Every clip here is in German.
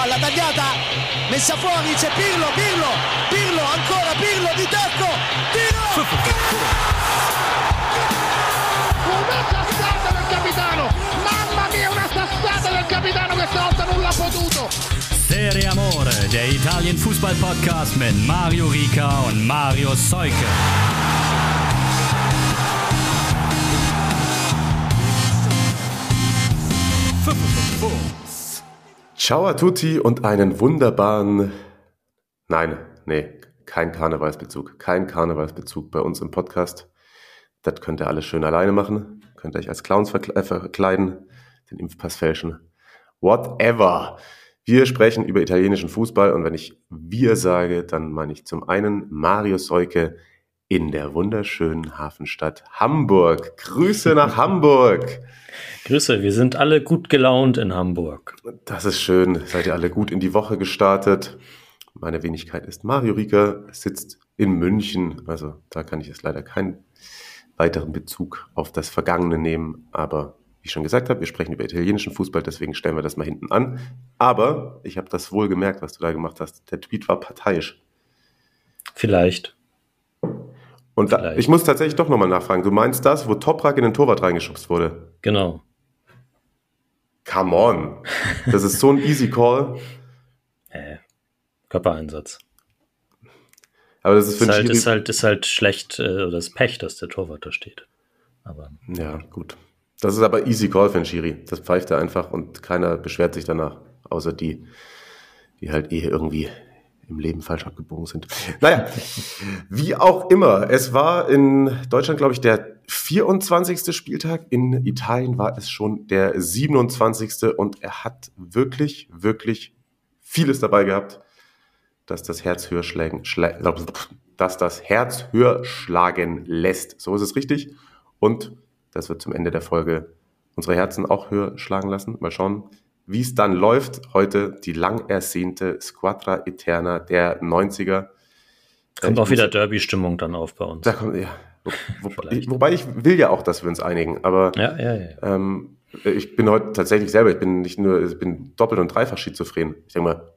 palla tagliata, messa fuori, c'è Pirlo, ancora Pirlo di tacco, tiro! Una sassata del capitano, mamma mia, una sassata del capitano che stavolta non l'ha potuto. Serie Amore, der Italien-Fußball-Podcast mit Mario Rica und Mario Seuke. Ciao a tutti und einen wunderbaren... kein Karnevalsbezug. Kein Karnevalsbezug bei uns im Podcast. Das könnt ihr alles schön alleine machen. Könnt ihr euch als Clowns verkleiden, den Impfpass fälschen. Whatever. Wir sprechen über italienischen Fußball und wenn ich wir sage, dann meine ich zum einen Mario Seuke in der wunderschönen Hafenstadt Hamburg. Grüße nach Hamburg. Grüße, wir sind alle gut gelaunt in Hamburg. Das ist schön. Seid ihr alle gut in die Woche gestartet? Meine Wenigkeit ist Mario Rica, sitzt in München. Also da kann ich jetzt leider keinen weiteren Bezug auf das Vergangene nehmen. Aber wie ich schon gesagt habe, wir sprechen über italienischen Fußball, deswegen stellen wir das mal hinten an. Aber ich habe das wohl gemerkt, was du da gemacht hast. Der Tweet war parteiisch. Vielleicht. Und ich muss tatsächlich doch nochmal nachfragen. Du meinst das, wo Toprak in den Torwart reingeschubst wurde? Genau. Come on. Das ist so ein easy Call. Körpereinsatz. Aber das ist für einen Schiri... ist halt schlecht, oder das Pech, dass der Torwart da steht. Aber ja, gut. Das ist aber easy Call für einen Schiri. Das pfeift er einfach und keiner beschwert sich danach. Außer die halt irgendwie im Leben falsch abgebogen sind. Naja, wie auch immer. Es war in Deutschland, glaube ich, der 24. Spieltag. In Italien war es schon der 27. Und er hat wirklich, wirklich vieles dabei gehabt, dass das Herz höher schlagen lässt. So ist es richtig. Und das wird zum Ende der Folge unsere Herzen auch höher schlagen lassen. Mal schauen, wie es dann läuft. Heute die lang ersehnte Squadra Eterna der 90er. Kommt auch wieder Derby-Stimmung dann auf bei uns. Da kommt, ja. Wobei ich will ja auch, dass wir uns einigen. Aber ja. Ich bin heute tatsächlich selber, ich bin doppelt und dreifach schizophren. Ich denke mal,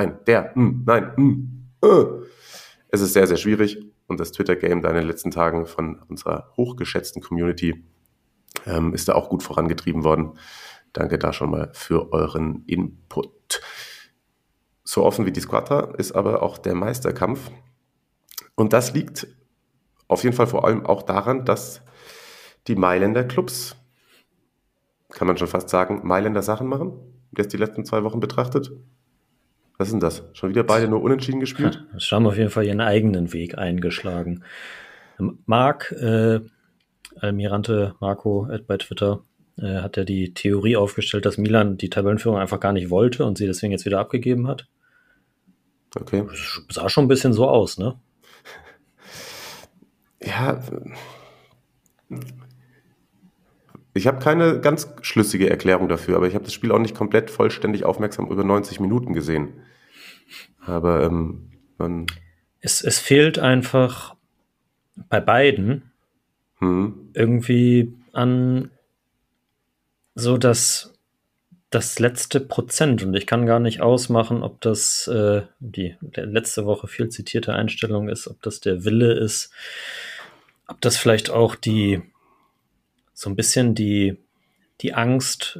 Es ist sehr, sehr schwierig. Und das Twitter-Game da in den letzten Tagen von unserer hochgeschätzten Community ist da auch gut vorangetrieben worden. Danke da schon mal für euren Input. So offen wie die Squadra ist aber auch der Meisterkampf. Und das liegt auf jeden Fall vor allem auch daran, dass die Mailänder Clubs, kann man schon fast sagen, Mailänder Sachen machen, jetzt die letzten 2 Wochen betrachtet. Was ist denn das? Schon wieder beide nur unentschieden gespielt? Das haben auf jeden Fall ihren eigenen Weg eingeschlagen. Almirante Marco bei Twitter hat ja die Theorie aufgestellt, dass Milan die Tabellenführung einfach gar nicht wollte und sie deswegen jetzt wieder abgegeben hat. Okay. Das sah schon ein bisschen so aus, ne? Ja, ich habe keine ganz schlüssige Erklärung dafür, aber ich habe das Spiel auch nicht komplett vollständig aufmerksam über 90 Minuten gesehen. Aber es fehlt einfach bei beiden irgendwie an so das letzte Prozent. Und ich kann gar nicht ausmachen, ob das die letzte Woche viel zitierte Einstellung ist, ob das der Wille ist, ob das vielleicht auch so ein bisschen die Angst,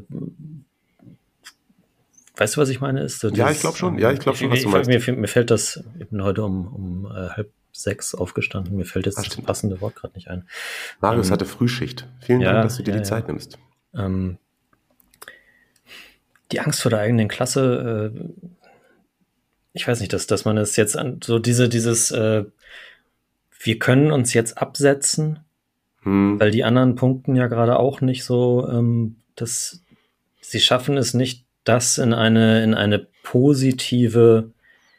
weißt du, was ich meine? Ist so ja, ich glaube schon, was du meinst. Mir fällt das, ich bin heute um 5:30 aufgestanden, mir fällt jetzt das passende Wort gerade nicht ein. Marius hatte Frühschicht. Vielen Dank, dass du dir die Zeit nimmst. Die Angst vor der eigenen Klasse, ich weiß nicht, dass man es jetzt an so dieses wir können uns jetzt absetzen, weil die anderen punkten ja gerade auch nicht so, dass sie schaffen es nicht, das in eine positive,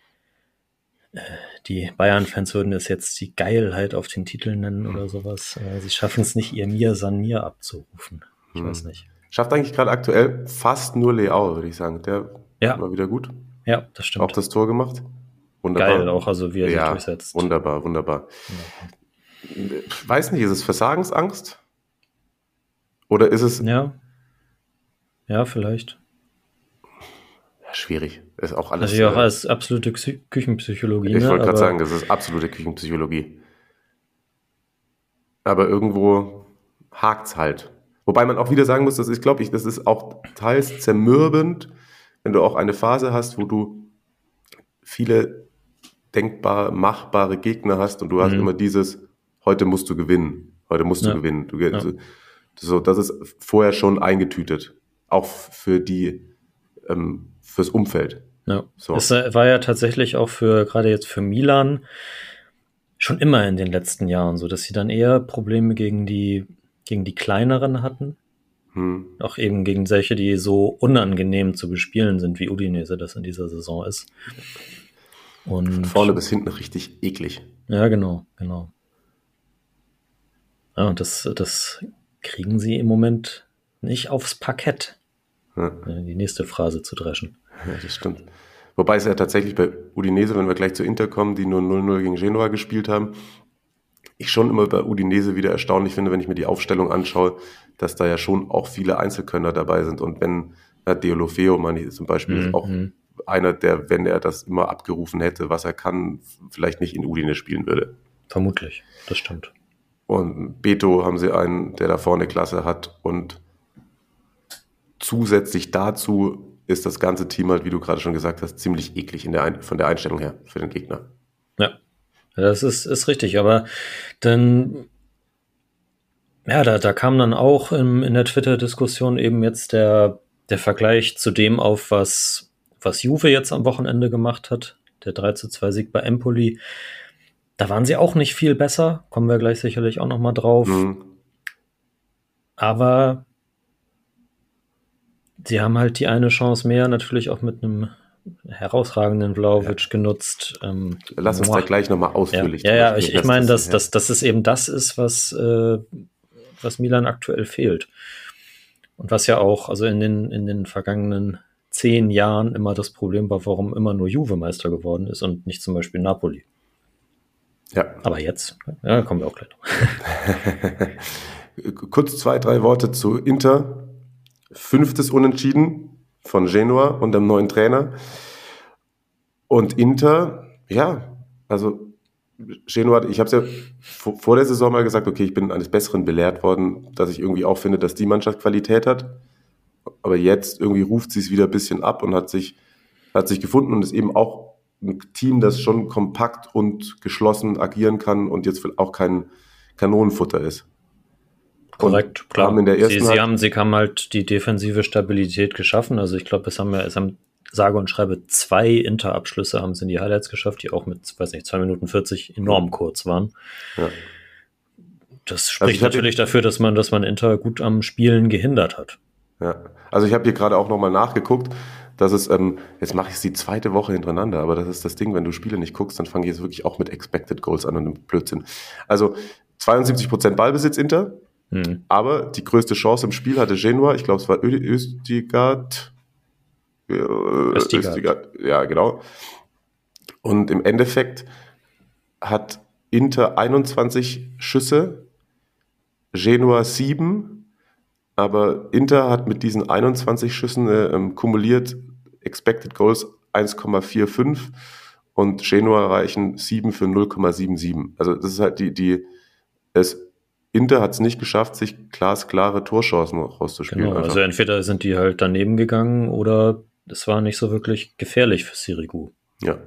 die Bayern-Fans würden es jetzt die Geilheit auf den Titel nennen oder sowas. Sie schaffen es nicht, ihr Mir San Mir abzurufen. Ich weiß nicht. Schafft eigentlich gerade aktuell fast nur Leao, würde ich sagen. Der war wieder gut. Ja, das stimmt. Auch das Tor gemacht. Wunderbar. Geil auch, also wie er sich durchsetzt. Wunderbar. Ich weiß nicht, ist es Versagensangst? Oder ist es... Ja, vielleicht. schwierig. Ist auch alles. Also ja, auch als absolute Küchenpsychologie. Ich wollte gerade sagen, das ist absolute Küchenpsychologie. Aber irgendwo hakt's halt. Wobei man auch wieder sagen muss, das ist auch teils zermürbend, wenn du auch eine Phase hast, wo du viele denkbar machbare Gegner hast und du hast immer dieses, heute musst du gewinnen. Heute musst du gewinnen. Das ist vorher schon eingetütet. Auch für fürs Umfeld. Ja. So. Es war ja tatsächlich auch gerade jetzt für Milan schon immer in den letzten Jahren so, dass sie dann eher Probleme gegen die kleineren hatten. Auch eben gegen solche, die so unangenehm zu bespielen sind, wie Udinese das in dieser Saison ist. Und von vorne bis hinten richtig eklig. Ja, genau. Ja, und das kriegen sie im Moment nicht aufs Parkett. Die nächste Phrase zu dreschen. Ja, das stimmt. Wobei es ja tatsächlich bei Udinese, wenn wir gleich zu Inter kommen, die nur 0-0 gegen Genoa gespielt haben, ich schon immer bei Udinese wieder erstaunlich finde, wenn ich mir die Aufstellung anschaue, dass da ja schon auch viele Einzelkönner dabei sind. Und wenn Deulofeu, meine ich, zum Beispiel, ist auch einer, der, wenn er das immer abgerufen hätte, was er kann, vielleicht nicht in Udine spielen würde. Vermutlich, das stimmt. Und Beto haben sie einen, der da vorne Klasse hat. Und zusätzlich dazu ist das ganze Team halt, wie du gerade schon gesagt hast, ziemlich eklig von der Einstellung her für den Gegner. Ja, das ist richtig. Aber dann, ja, da kam dann auch in der Twitter-Diskussion eben jetzt der Vergleich zu dem auf, was Juve jetzt am Wochenende gemacht hat. Der 3-2-Sieg bei Empoli. Da waren sie auch nicht viel besser. Kommen wir gleich sicherlich auch nochmal drauf. Aber sie haben halt die eine Chance mehr, natürlich auch mit einem herausragenden Vlahovic genutzt. Lass uns da gleich nochmal ausführlich drüber sprechen. Ich meine, dass es eben das ist, was Milan aktuell fehlt. Und was ja auch, also in den vergangenen 10 Jahren immer das Problem war, warum immer nur Juve Meister geworden ist und nicht zum Beispiel Napoli. Ja. Aber jetzt, kommen wir auch gleich noch. Kurz 2-3 Worte zu Inter. 5. Unentschieden von Genoa und dem neuen Trainer. Und Inter, ja, also Genoa, ich habe es ja vor der Saison mal gesagt, okay, ich bin eines Besseren belehrt worden, dass ich irgendwie auch finde, dass die Mannschaft Qualität hat. Aber jetzt irgendwie ruft sie es wieder ein bisschen ab und hat sich gefunden und ist eben auch ein Team, das schon kompakt und geschlossen agieren kann und jetzt auch kein Kanonenfutter ist. Korrekt, und klar. In der ersten sie haben halt die defensive Stabilität geschaffen. Also ich glaube, es haben sage und schreibe 2 Inter-Abschlüsse haben sie in die Highlights geschafft, die auch mit, 2 Minuten 40 enorm kurz waren. Ja. Das spricht natürlich dafür, dass man Inter gut am Spielen gehindert hat. Ja, also ich habe hier gerade auch nochmal nachgeguckt, dass es, jetzt mache ich es die 2. Woche hintereinander, aber das ist das Ding, wenn du Spiele nicht guckst, dann fange ich jetzt wirklich auch mit Expected Goals an und einem Blödsinn. Also 72% Ballbesitz Inter, aber die größte Chance im Spiel hatte Genoa, ich glaube es war Østigard. Ja, genau. Und im Endeffekt hat Inter 21 Schüsse, Genoa 7, aber Inter hat mit diesen 21 Schüssen kumuliert Expected Goals 1,45 und Genoa reichen 7 für 0,77. Also das ist halt Inter hat es nicht geschafft, sich glasklare Torchancen rauszuspielen. Genau, also entweder sind die halt daneben gegangen oder es war nicht so wirklich gefährlich für Sirigu. Ja.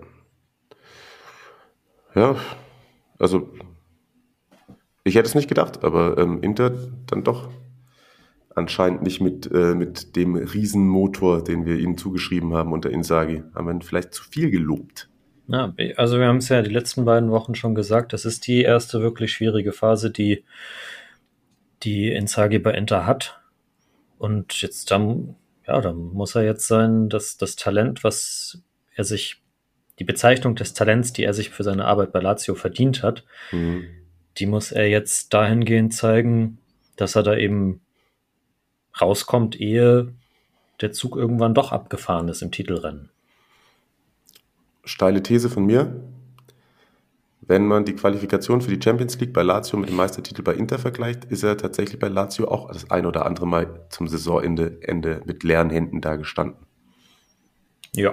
Ja, also ich hätte es nicht gedacht, aber Inter dann doch anscheinend nicht mit dem Riesenmotor, den wir ihnen zugeschrieben haben unter Inzaghi, haben wir ihn vielleicht zu viel gelobt. Ja, also wir haben es ja die letzten beiden Wochen schon gesagt, das ist die erste wirklich schwierige Phase, die Inzaghi bei Inter hat. Und jetzt dann muss er jetzt das Talent, die Bezeichnung des Talents, die er sich für seine Arbeit bei Lazio verdient hat, die muss er jetzt dahingehend zeigen, dass er da eben rauskommt, ehe der Zug irgendwann doch abgefahren ist im Titelrennen. Steile These von mir. Wenn man die Qualifikation für die Champions League bei Lazio mit dem Meistertitel bei Inter vergleicht, ist er tatsächlich bei Lazio auch das ein oder andere Mal zum Saisonende mit leeren Händen da gestanden. Ja.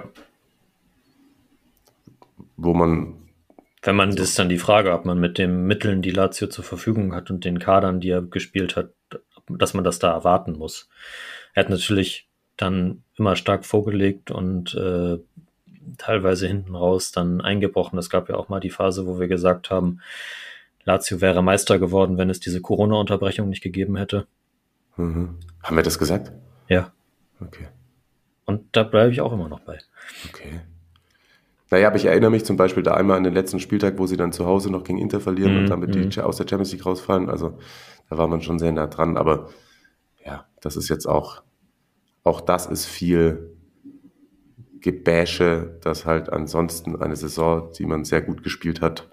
Wo man... Wenn man, das ist dann die Frage, ob man mit den Mitteln, die Lazio zur Verfügung hat und den Kadern, die er gespielt hat, dass man das da erwarten muss. Er hat natürlich dann immer stark vorgelegt und teilweise hinten raus dann eingebrochen. Es gab ja auch mal die Phase, wo wir gesagt haben, Lazio wäre Meister geworden, wenn es diese Corona-Unterbrechung nicht gegeben hätte. Mhm. Haben wir das gesagt? Ja. Okay. Und da bleibe ich auch immer noch bei. Okay. Naja, aber ich erinnere mich zum Beispiel da einmal an den letzten Spieltag, wo sie dann zu Hause noch gegen Inter verlieren und damit die aus der Champions League rausfallen. Also da war man schon sehr nah dran. Aber ja, das ist jetzt auch das ist viel Gebäsche, das halt ansonsten eine Saison, die man sehr gut gespielt hat,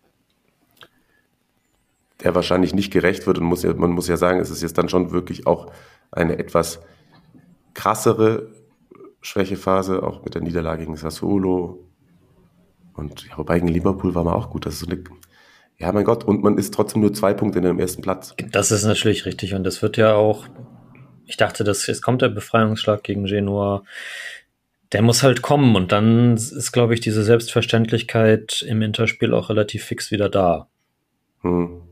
der wahrscheinlich nicht gerecht wird. Und man muss ja sagen, es ist jetzt dann schon wirklich auch eine etwas krassere Schwächephase, auch mit der Niederlage gegen Sassuolo. Und ja, wobei gegen Liverpool war man auch gut. Das ist so eine, ja, mein Gott, und man ist trotzdem nur 2 Punkte in dem ersten Platz. Das ist natürlich richtig. Und das wird ja auch, ich dachte, es kommt der Befreiungsschlag gegen Genua. Der muss halt kommen. Und dann ist, glaube ich, diese Selbstverständlichkeit im Interspiel auch relativ fix wieder da. Wenn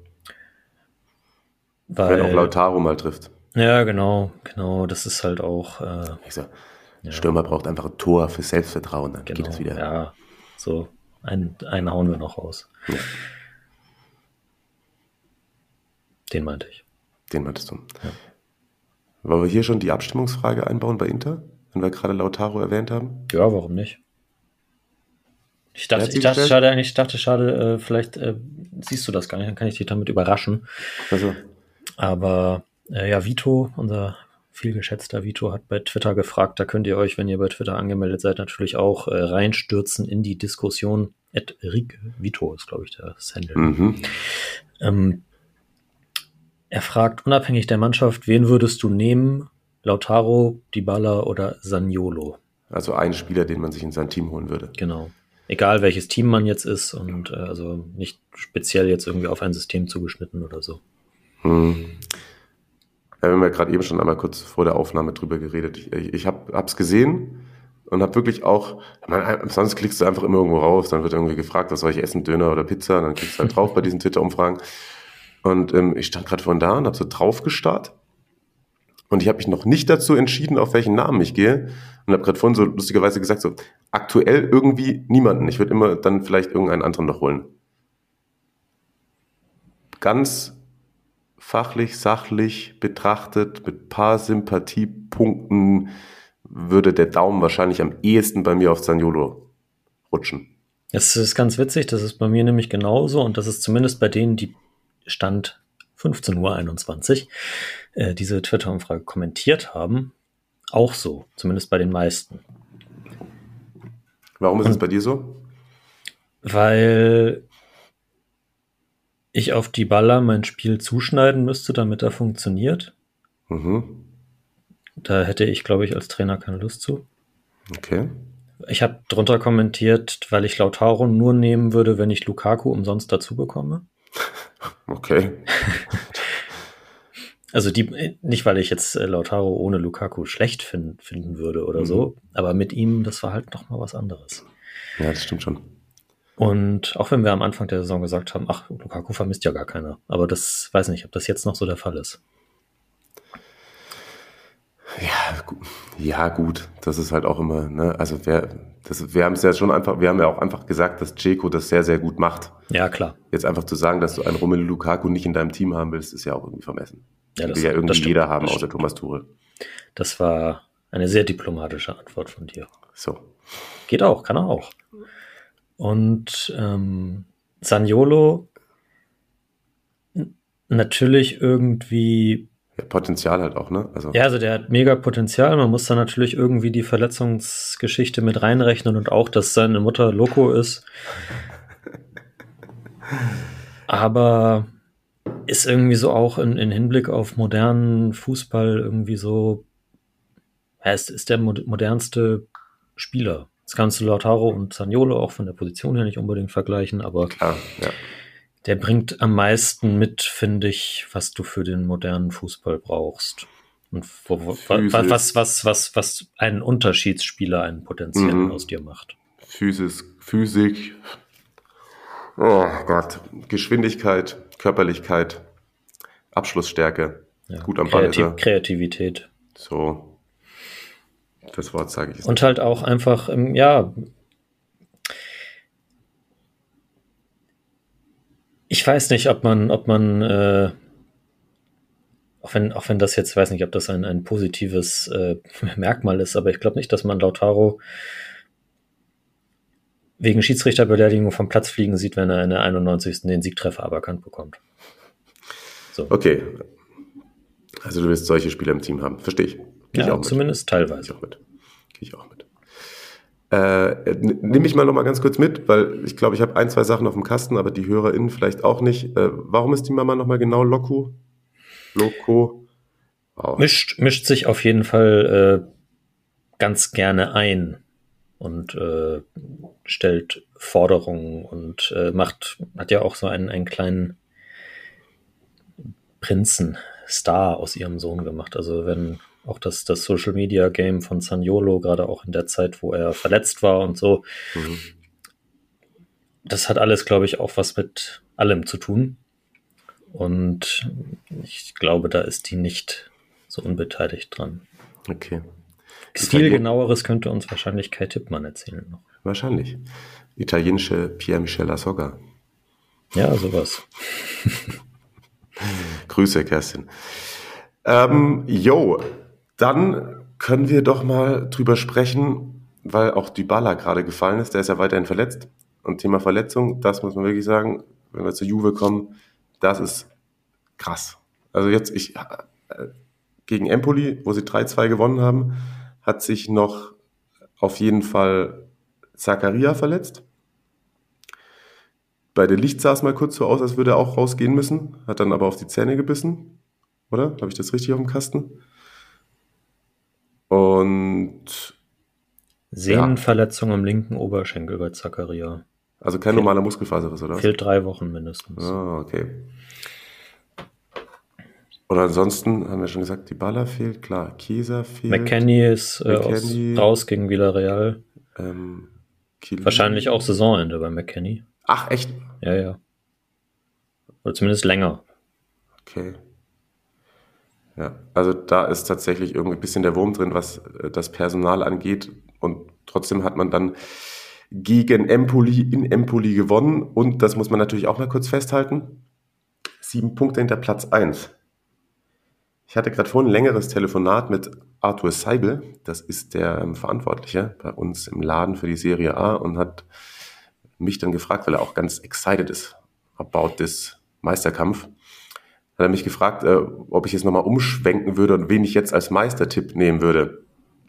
auch Lautaro mal trifft. Ja, genau. Das ist halt auch. Stürmer braucht einfach ein Tor für Selbstvertrauen, dann geht es wieder. Ja, so einen hauen wir noch raus. Ja. Den meinte ich. Den meintest du. Ja. Wollen wir hier schon die Abstimmungsfrage einbauen bei Inter, wenn wir gerade Lautaro erwähnt haben? Ja, warum nicht? Ich dachte, schade, vielleicht siehst du das gar nicht, dann kann ich dich damit überraschen. Also. Aber Vito, unser viel geschätzter Vito, hat bei Twitter gefragt, da könnt ihr euch, wenn ihr bei Twitter angemeldet seid, natürlich auch reinstürzen in die Diskussion. Vito ist, glaube ich, das Handle. Er fragt, unabhängig der Mannschaft, wen würdest du nehmen? Lautaro, Dybala oder Zaniolo? Also ein Spieler, den man sich in sein Team holen würde. Genau. Egal, welches Team man jetzt ist und also nicht speziell jetzt irgendwie auf ein System zugeschnitten oder so. Wir haben ja gerade eben schon einmal kurz vor der Aufnahme drüber geredet. Ich hab's gesehen und habe wirklich auch, sonst klickst du einfach immer irgendwo raus, dann wird irgendwie gefragt, was soll ich essen, Döner oder Pizza, dann klickst du halt drauf bei diesen Twitter-Umfragen. Und ich stand gerade von da und habe so drauf gestarrt und ich habe mich noch nicht dazu entschieden, auf welchen Namen ich gehe und habe gerade vorhin so lustigerweise gesagt, so aktuell irgendwie niemanden. Ich würde immer dann vielleicht irgendeinen anderen noch holen. Ganz fachlich, sachlich betrachtet, mit ein paar Sympathiepunkten würde der Daumen wahrscheinlich am ehesten bei mir auf Zaniolo rutschen. Das ist ganz witzig, das ist bei mir nämlich genauso und das ist zumindest bei denen, die Stand 15:21 Uhr diese Twitter-Umfrage kommentiert haben, auch so, zumindest bei den meisten. Warum ist es bei dir so? Weil ich auf Dybala mein Spiel zuschneiden müsste, damit er funktioniert. Da hätte ich, glaube ich, als Trainer keine Lust zu. Okay. Ich habe drunter kommentiert, weil ich Lautaro nur nehmen würde, wenn ich Lukaku umsonst dazu bekomme. Okay. Also nicht, weil ich jetzt Lautaro ohne Lukaku schlecht finden würde oder so, aber mit ihm, das war halt noch mal was anderes. Ja, das stimmt schon. Und auch wenn wir am Anfang der Saison gesagt haben, ach, Lukaku vermisst ja gar keiner. Aber das weiß nicht, ob das jetzt noch so der Fall ist. Ja, gut. Das ist halt auch immer, ne? Also wir haben es ja schon einfach, wir haben ja auch einfach gesagt, dass Dzeko das sehr, sehr gut macht. Ja, klar. Jetzt einfach zu sagen, dass du einen Romelu Lukaku nicht in deinem Team haben willst, ist ja auch irgendwie vermessen. Ja, das will ja irgendwie jeder haben, außer Thomas Tuchel. Das war eine sehr diplomatische Antwort von dir. So. Geht auch, kann er auch. Und Zaniolo natürlich irgendwie. Ja, Potenzial halt auch, ne? Also der hat mega Potenzial. Man muss da natürlich irgendwie die Verletzungsgeschichte mit reinrechnen und auch, dass seine Mutter Loco ist. Aber ist irgendwie so auch in Hinblick auf modernen Fußball irgendwie so, ist der modernste Spieler. Das kannst du Lautaro und Zaniolo auch von der Position her nicht unbedingt vergleichen, aber klar, ja. Der bringt am meisten mit, finde ich, was du für den modernen Fußball brauchst. Und was einen Unterschiedsspieler, einen potenziellen aus dir macht. Physik, oh Gott, Geschwindigkeit, Körperlichkeit, Abschlussstärke, gut am Ball ist er. Kreativität. So, das Wort sage ich. Und halt auch einfach, ich weiß nicht, ob man auch wenn das jetzt, weiß nicht, ob das ein positives Merkmal ist, aber ich glaube nicht, dass man Lautaro wegen Schiedsrichterbeleidigung vom Platz fliegen sieht, wenn er in der 91. den Siegtreffer aberkannt bekommt. So. Okay. Also du willst solche Spieler im Team haben. Verstehe ich. Ja, zumindest teilweise. Gehe ich auch mit. Nimm mich mal noch mal ganz kurz mit, weil ich glaube, ich habe 1, 2 Sachen auf dem Kasten, aber die HörerInnen vielleicht auch nicht. Warum ist die Mama noch mal genau Loco? Wow. Mischt sich auf jeden Fall ganz gerne ein und stellt Forderungen und hat ja auch so einen kleinen Prinzen-Star aus ihrem Sohn gemacht. Also wenn auch das Social-Media-Game von Zaniolo, gerade auch in der Zeit, wo er verletzt war und so, das hat alles, glaube ich, auch was mit allem zu tun. Und ich glaube, da ist die nicht so unbeteiligt dran. Okay. Viel genaueres könnte uns wahrscheinlich Kai Tippmann erzählen noch. Wahrscheinlich. Italienische Pierre-Michel Lasogga. Ja, sowas. Grüße, Kerstin. Dann können wir doch mal drüber sprechen, weil auch Dybala gerade gefallen ist. Der ist ja weiterhin verletzt. Und Thema Verletzung, das muss man wirklich sagen, wenn wir zur Juve kommen, das ist krass. Also jetzt, gegen Empoli, wo sie 3-2 gewonnen haben, hat sich noch auf jeden Fall Zakaria verletzt. Bei der Licht sah es mal kurz so aus, als würde er auch rausgehen müssen, hat dann aber auf die Zähne gebissen. Oder? Habe ich das richtig auf dem Kasten? Und Sehnenverletzung am linken Oberschenkel bei Zakaria. Also kein normaler Muskelfaserriss, oder? Fehlt 3 Wochen mindestens. Ah, okay. Und ansonsten haben wir schon gesagt, Dybala fehlt, klar, Chiesa fehlt. McKennie ist raus gegen Villarreal. Wahrscheinlich auch Saisonende bei McKennie. Ach, echt? Ja. Oder zumindest länger. Okay. Ja, also da ist tatsächlich irgendwie ein bisschen der Wurm drin, was das Personal angeht. Und trotzdem hat man dann gegen Empoli in Empoli gewonnen. Und das muss man natürlich auch mal kurz festhalten. 7 Punkte hinter Platz 1. Ich hatte gerade vorhin ein längeres Telefonat mit Arthur Seibel. Das ist der Verantwortliche bei uns im Laden für die Serie A und hat mich dann gefragt, weil er auch ganz excited ist about this Meisterkampf. Hat er mich gefragt, ob ich jetzt nochmal umschwenken würde und wen ich jetzt als Meistertipp nehmen würde.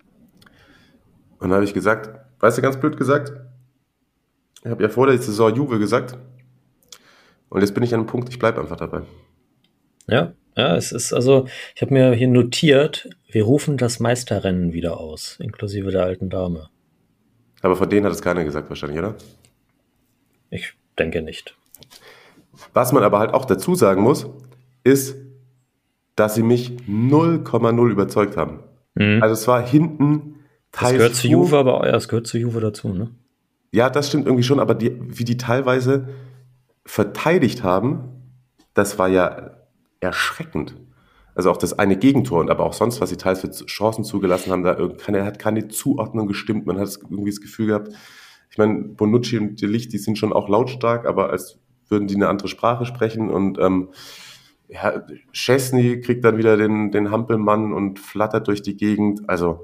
Und dann habe ich gesagt, weißt du, ganz blöd gesagt, ich habe ja vor der Saison Juve gesagt und jetzt bin ich an einem Punkt, ich bleibe einfach dabei. Ja, es ist also, ich habe mir hier notiert, wir rufen das Meisterrennen wieder aus, inklusive der alten Dame. Aber von denen hat es keiner gesagt wahrscheinlich, oder? Ich denke nicht. Was man aber halt auch dazu sagen muss, ist, dass sie mich 0,0 überzeugt haben. Also es war hinten Das gehört zu Juve, aber es gehört zu Juve dazu, ne? Ja, das stimmt irgendwie schon, aber wie die teilweise verteidigt haben, das war ja erschreckend. Also auch das eine Gegentor und aber auch sonst, was sie teils für Chancen zugelassen haben, hat keine Zuordnung gestimmt. Man hat irgendwie das Gefühl gehabt, ich meine, Bonucci und De Ligt, die sind schon auch lautstark, aber als würden die eine andere Sprache sprechen und Szczesny kriegt dann wieder den Hampelmann und flattert durch die Gegend. Also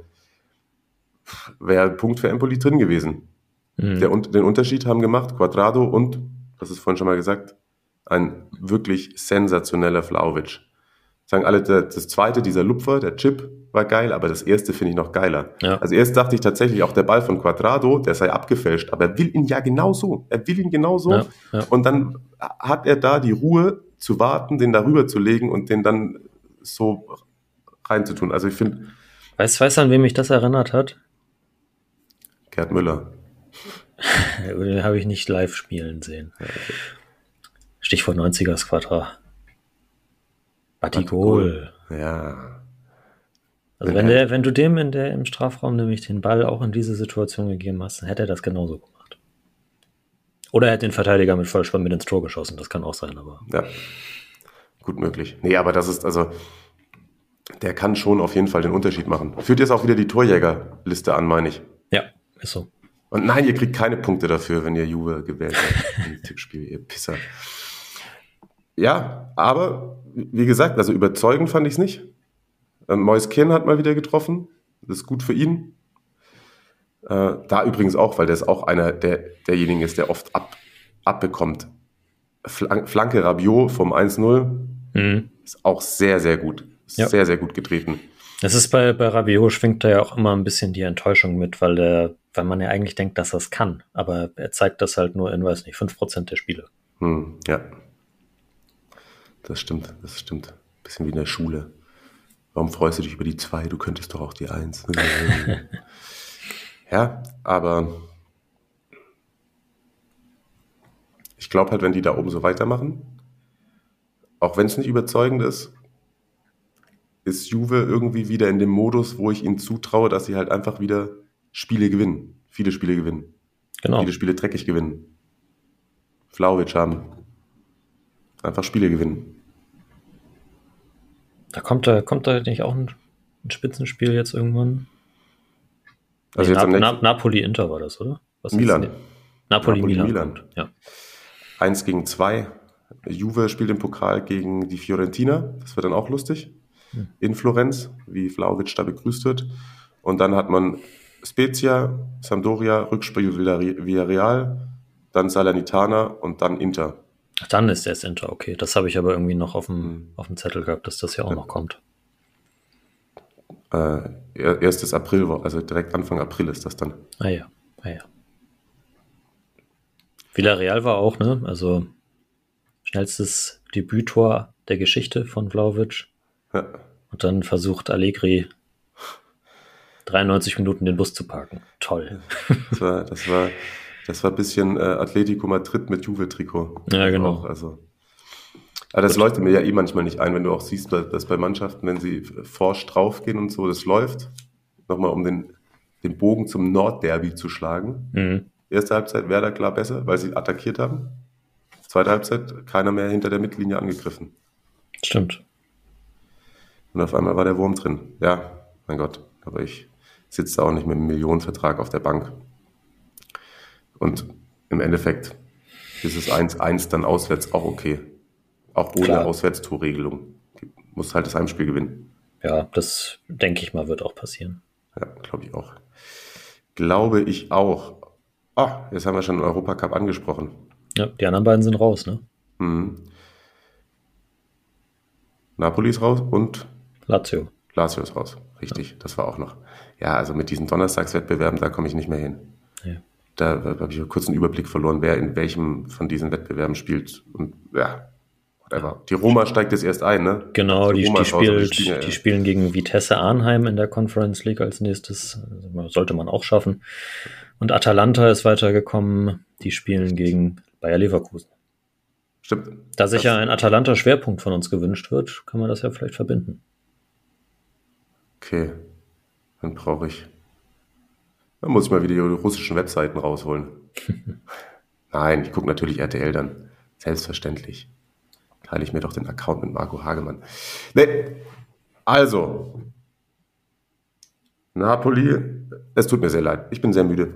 wäre ein Punkt für Empoli drin gewesen. Den Unterschied haben gemacht Cuadrado und, das ist vorhin schon mal gesagt, ein wirklich sensationeller Vlahovic. Sagen alle, das zweite, dieser Lupfer, der Chip, war geil, aber das erste finde ich noch geiler. Ja. Also erst dachte ich tatsächlich, auch der Ball von Cuadrado, der sei abgefälscht, aber er will ihn ja genauso. Ja. Und dann hat er da die Ruhe zu warten, den darüber zu legen und den dann so reinzutun. Also ich finde... Weißt du, an wem mich das erinnert hat? Gerd Müller. Den habe ich nicht live spielen sehen. Ja, okay. Stichwort 90er Squadra. Batigol. Ja. Also wenn du dem im Strafraum nämlich den Ball auch in diese Situation gegeben hast, dann hätte er das genauso gemacht. Oder er hat den Verteidiger mit Vollspann mit ins Tor geschossen, das kann auch sein, aber. Ja, gut möglich. Nee, aber das ist, also, der kann schon auf jeden Fall den Unterschied machen. Führt jetzt auch wieder die Torjägerliste an, meine ich. Ja, ist so. Und nein, ihr kriegt keine Punkte dafür, wenn ihr Juve gewählt habt im Tippspiel, ihr Pisser. Ja, aber, wie gesagt, also überzeugend fand ich es nicht. Moise Kean hat mal wieder getroffen. Das ist gut für ihn. Da übrigens auch, weil der ist auch einer derjenigen ist, der oft abbekommt. Flanke Rabiot vom 1-0 ist auch sehr, sehr gut. Sehr, sehr gut getreten. Das ist bei Rabiot schwingt da ja auch immer ein bisschen die Enttäuschung mit, weil man ja eigentlich denkt, dass er es kann. Aber er zeigt das halt nur in, 5% der Spiele. Ja. Das stimmt. Bisschen wie in der Schule. Warum freust du dich über die 2? Du könntest doch auch die 1. Ja, aber ich glaube halt, wenn die da oben so weitermachen, auch wenn es nicht überzeugend ist Juve irgendwie wieder in dem Modus, wo ich ihnen zutraue, dass sie halt einfach wieder Spiele gewinnen. Viele Spiele gewinnen. Genau. Viele Spiele dreckig gewinnen. Vlahovic haben. Einfach Spiele gewinnen. Da kommt da nicht auch ein Spitzenspiel jetzt irgendwann? Also jetzt Napoli-Inter war das, oder? Milan. Napoli-Milan. Ja. 1-2. Juve spielt im Pokal gegen die Fiorentina. Das wird dann auch lustig. In Florenz, wie Vlahovic da begrüßt wird. Und dann hat man Spezia, Sampdoria, Rückspiel Villarreal, dann Salernitana und dann Inter. Ach, dann ist erst Inter, okay. Das habe ich aber irgendwie noch auf dem Zettel gehabt, dass das ja auch noch kommt. 1. April, also direkt Anfang April ist das dann. Ah ja. Villarreal war auch, ne? Also schnellstes Debüttor der Geschichte von Vlahovic. Ja. Und dann versucht Allegri 93 Minuten den Bus zu parken. Toll. Das war ein bisschen Atletico Madrid mit Juve-Trikot. Ja, genau. Aber das leuchtet mir ja manchmal nicht ein, wenn du auch siehst, dass bei Mannschaften, wenn sie forsch draufgehen und so, das läuft. Nochmal, um den Bogen zum Nordderby zu schlagen. Erste Halbzeit Werder klar besser, weil sie attackiert haben. Zweite Halbzeit keiner mehr hinter der Mittellinie angegriffen. Stimmt. Und auf einmal war der Wurm drin. Ja, mein Gott. Aber ich sitze auch nicht mit einem Millionenvertrag auf der Bank. Und im Endeffekt ist es 1-1 dann auswärts auch okay. Auch ohne Auswärtstorregelung. Muss halt das Heimspiel gewinnen. Ja, das denke ich mal, wird auch passieren. Ja, glaube ich auch. Jetzt haben wir schon den Europacup angesprochen. Ja, die anderen beiden sind raus, ne? Napoli ist raus und Lazio ist raus. Richtig, das war auch noch. Ja, also mit diesen Donnerstagswettbewerben, da komme ich nicht mehr hin. Ja. Da habe ich kurz einen Überblick verloren, wer in welchem von diesen Wettbewerben spielt. Und ja, whatever. Die Roma steigt jetzt erst ein, ne? Genau, die spielen gegen Vitesse Arnheim in der Conference League als nächstes. Also sollte man auch schaffen. Und Atalanta ist weitergekommen. Die spielen gegen Bayer Leverkusen. Stimmt. Da sich ja ein Atalanta-Schwerpunkt von uns gewünscht wird, kann man das ja vielleicht verbinden. Okay, dann muss ich mal wieder die russischen Webseiten rausholen. Nein, ich gucke natürlich RTL dann. Selbstverständlich. Teile ich mir doch den Account mit Marco Hagemann. Nee, also, Napoli, es tut mir sehr leid, ich bin sehr müde.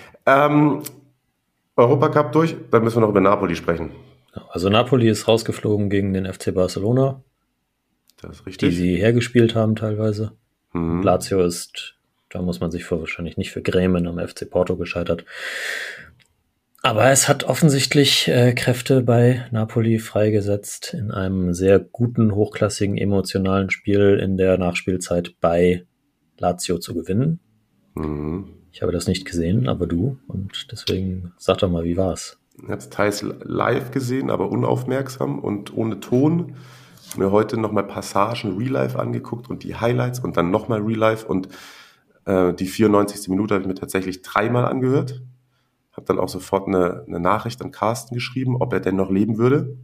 Europacup durch, dann müssen wir noch über Napoli sprechen. Also Napoli ist rausgeflogen gegen den FC Barcelona. Das ist richtig. Die sie hergespielt haben teilweise. Lazio ist, da muss man sich wahrscheinlich nicht für grämen, am FC Porto gescheitert. Aber es hat offensichtlich Kräfte bei Napoli freigesetzt, in einem sehr guten, hochklassigen, emotionalen Spiel in der Nachspielzeit bei Lazio zu gewinnen. Ich habe das nicht gesehen, aber du. Und deswegen sag doch mal, wie war's? Ich habe es teils live gesehen, aber unaufmerksam und ohne Ton. Mir heute nochmal Passagen Real Life angeguckt und die Highlights und dann nochmal Real Life und die 94. Minute habe ich mir tatsächlich 3-mal angehört. Habe dann auch sofort eine Nachricht an Carsten geschrieben, ob er denn noch leben würde.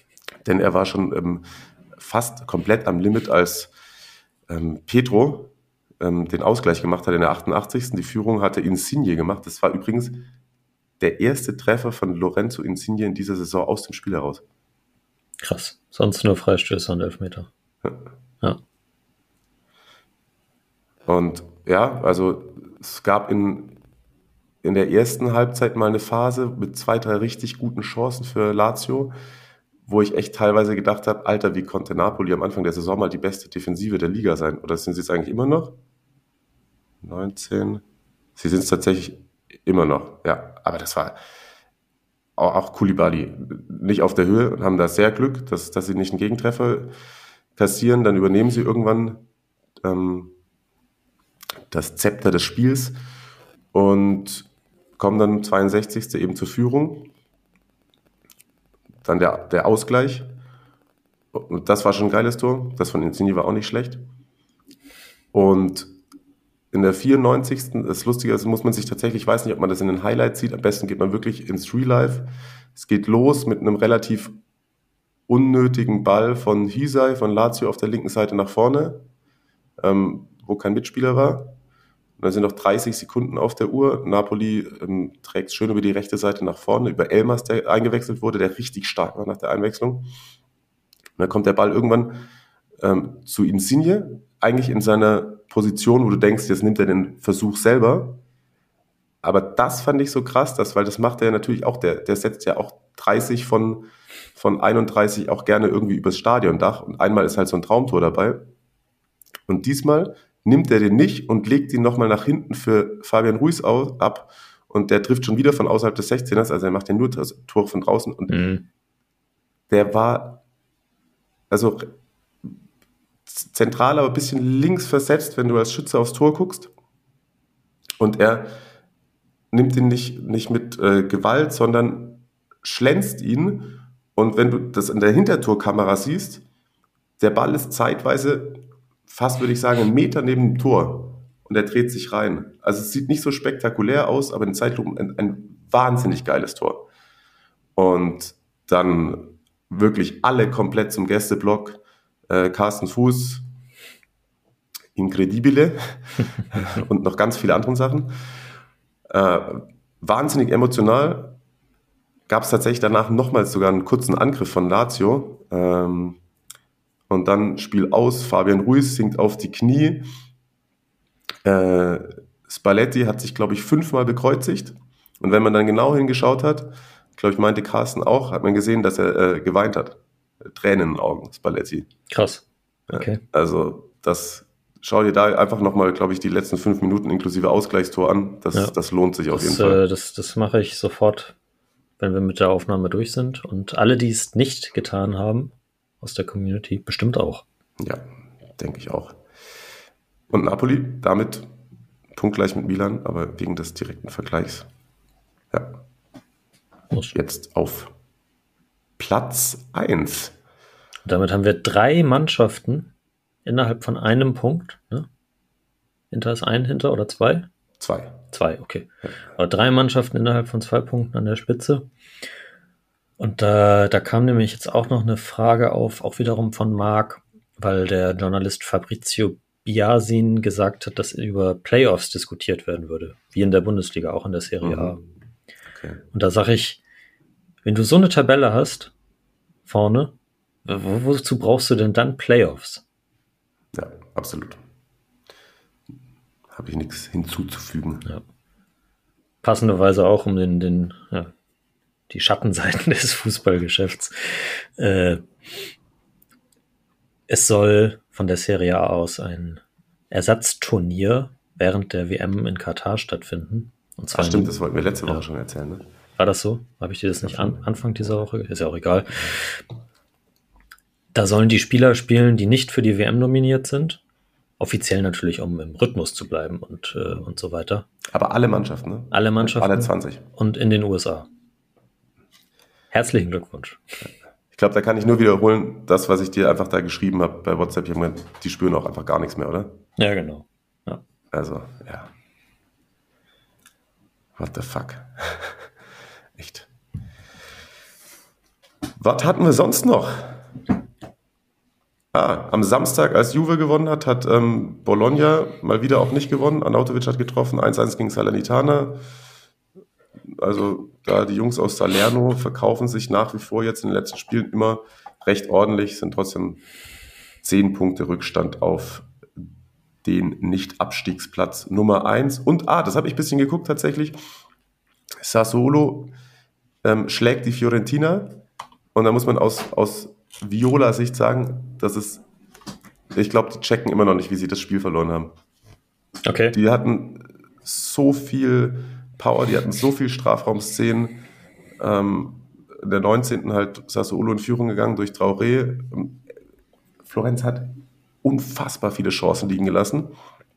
Denn er war schon fast komplett am Limit, als Pedro den Ausgleich gemacht hat in der 88. Die Führung hatte Insigne gemacht. Das war übrigens der erste Treffer von Lorenzo Insigne in dieser Saison aus dem Spiel heraus. Krass. Sonst nur Freistöße und Elfmeter. Ja. Und ja, also es gab in der ersten Halbzeit mal eine Phase mit 2, 3 richtig guten Chancen für Lazio, wo ich echt teilweise gedacht habe, Alter, wie konnte Napoli am Anfang der Saison mal die beste Defensive der Liga sein? Oder sind sie es eigentlich immer noch? 19. Sie sind es tatsächlich immer noch, ja. Aber das war auch Koulibaly nicht auf der Höhe und haben da sehr Glück, dass sie nicht einen Gegentreffer kassieren. Dann übernehmen sie irgendwann das Zepter des Spiels und kommen dann 62. eben zur Führung. Dann der Ausgleich. Und das war schon ein geiles Tor. Das von Insigne war auch nicht schlecht. Und in der 94. Das Lustige ist, muss man sich tatsächlich, ich weiß nicht, ob man das in den Highlights sieht, am besten geht man wirklich ins Real Life. Es geht los mit einem relativ unnötigen Ball von Hisai, von Lazio auf der linken Seite nach vorne, wo kein Mitspieler war. Und dann sind noch 30 Sekunden auf der Uhr. Napoli trägt es schön über die rechte Seite nach vorne, über Elmas, der eingewechselt wurde, der richtig stark war nach der Einwechslung. Und dann kommt der Ball irgendwann zu Insigne, eigentlich in seiner Position, wo du denkst, jetzt nimmt er den Versuch selber. Aber das fand ich so krass, weil das macht er natürlich auch, der setzt ja auch 30 von 31 auch gerne irgendwie übers Stadiondach. Und einmal ist halt so ein Traumtor dabei. Und diesmal nimmt er den nicht und legt ihn nochmal nach hinten für Fabian Ruiz ab und der trifft schon wieder von außerhalb des 16ers, also er macht ja nur das Tor von draußen und der war also zentral, aber ein bisschen links versetzt, wenn du als Schütze aufs Tor guckst und er nimmt ihn nicht mit Gewalt, sondern schlänzt ihn und wenn du das in der Hintertorkamera siehst, der Ball ist zeitweise fast, würde ich sagen, 1 Meter neben dem Tor und er dreht sich rein. Also es sieht nicht so spektakulär aus, aber in Zeitlupen ein wahnsinnig geiles Tor. Und dann wirklich alle komplett zum Gästeblock. Carsten Fuß, incredibile und noch ganz viele andere Sachen. Wahnsinnig emotional. Gab es tatsächlich danach nochmals sogar einen kurzen Angriff von Lazio. Und dann Spiel aus, Fabian Ruiz sinkt auf die Knie. Spalletti hat sich, glaube ich, 5-mal bekreuzigt. Und wenn man dann genau hingeschaut hat, glaube ich, meinte Carsten auch, hat man gesehen, dass er geweint hat. Tränen in den Augen, Spalletti. Krass. Okay. Also schau dir da einfach nochmal, glaube ich, die letzten 5 Minuten inklusive Ausgleichstor an. Das lohnt sich auf jeden Fall. Das mache ich sofort, wenn wir mit der Aufnahme durch sind. Und alle, die es nicht getan haben, aus der Community, bestimmt auch. Ja, denke ich auch. Und Napoli, damit punktgleich mit Milan, aber wegen des direkten Vergleichs. Ja. Jetzt auf Platz 1. Damit haben wir 3 Mannschaften innerhalb von einem Punkt. Ne? Inter ist ein hinter oder 2? 2. 2, okay. Ja. Aber 3 Mannschaften innerhalb von 2 Punkten an der Spitze. Und da kam nämlich jetzt auch noch eine Frage auf, auch wiederum von Marc, weil der Journalist Fabrizio Biasin gesagt hat, dass über Playoffs diskutiert werden würde, wie in der Bundesliga, auch in der Serie A. Okay. Und da sage ich, wenn du so eine Tabelle hast, vorne, wozu brauchst du denn dann Playoffs? Ja, absolut. Habe ich nichts hinzuzufügen. Ja. Passenderweise auch um die Schattenseiten des Fußballgeschäfts. Es soll von der Serie A aus ein Ersatzturnier während der WM in Katar stattfinden. Und zwar stimmt, das wollten wir letzte Woche schon erzählen, ne? War das so? Habe ich dir das nicht Anfang dieser Woche? Ist ja auch egal. Da sollen die Spieler spielen, die nicht für die WM nominiert sind. Offiziell natürlich, um im Rhythmus zu bleiben und so weiter. Aber alle Mannschaften, ne? Alle Mannschaften. Alle 20. Und in den USA. Herzlichen Glückwunsch. Ich glaube, da kann ich nur wiederholen, das, was ich dir einfach da geschrieben habe bei WhatsApp. Ich habe gemeint, die spüren auch einfach gar nichts mehr, oder? Ja, genau. Ja. Also, ja. What the fuck? Echt. Was hatten wir sonst noch? Am Samstag, als Juve gewonnen hat, hat Bologna mal wieder auch nicht gewonnen. Arnautovic hat getroffen, 1-1 gegen Salernitana. Also da die Jungs aus Salerno verkaufen sich nach wie vor jetzt in den letzten Spielen immer recht ordentlich, sind trotzdem 10 Punkte Rückstand auf den Nicht-Abstiegsplatz Nummer 1. Und das habe ich ein bisschen geguckt tatsächlich, Sassuolo schlägt die Fiorentina und da muss man aus Viola-Sicht sagen, ich glaube, die checken immer noch nicht, wie sie das Spiel verloren haben. Okay. Die hatten so viel Power, die hatten so viel Strafraumszenen. In der 19. halt Sassuolo in Führung gegangen durch Traoré. Florenz hat unfassbar viele Chancen liegen gelassen.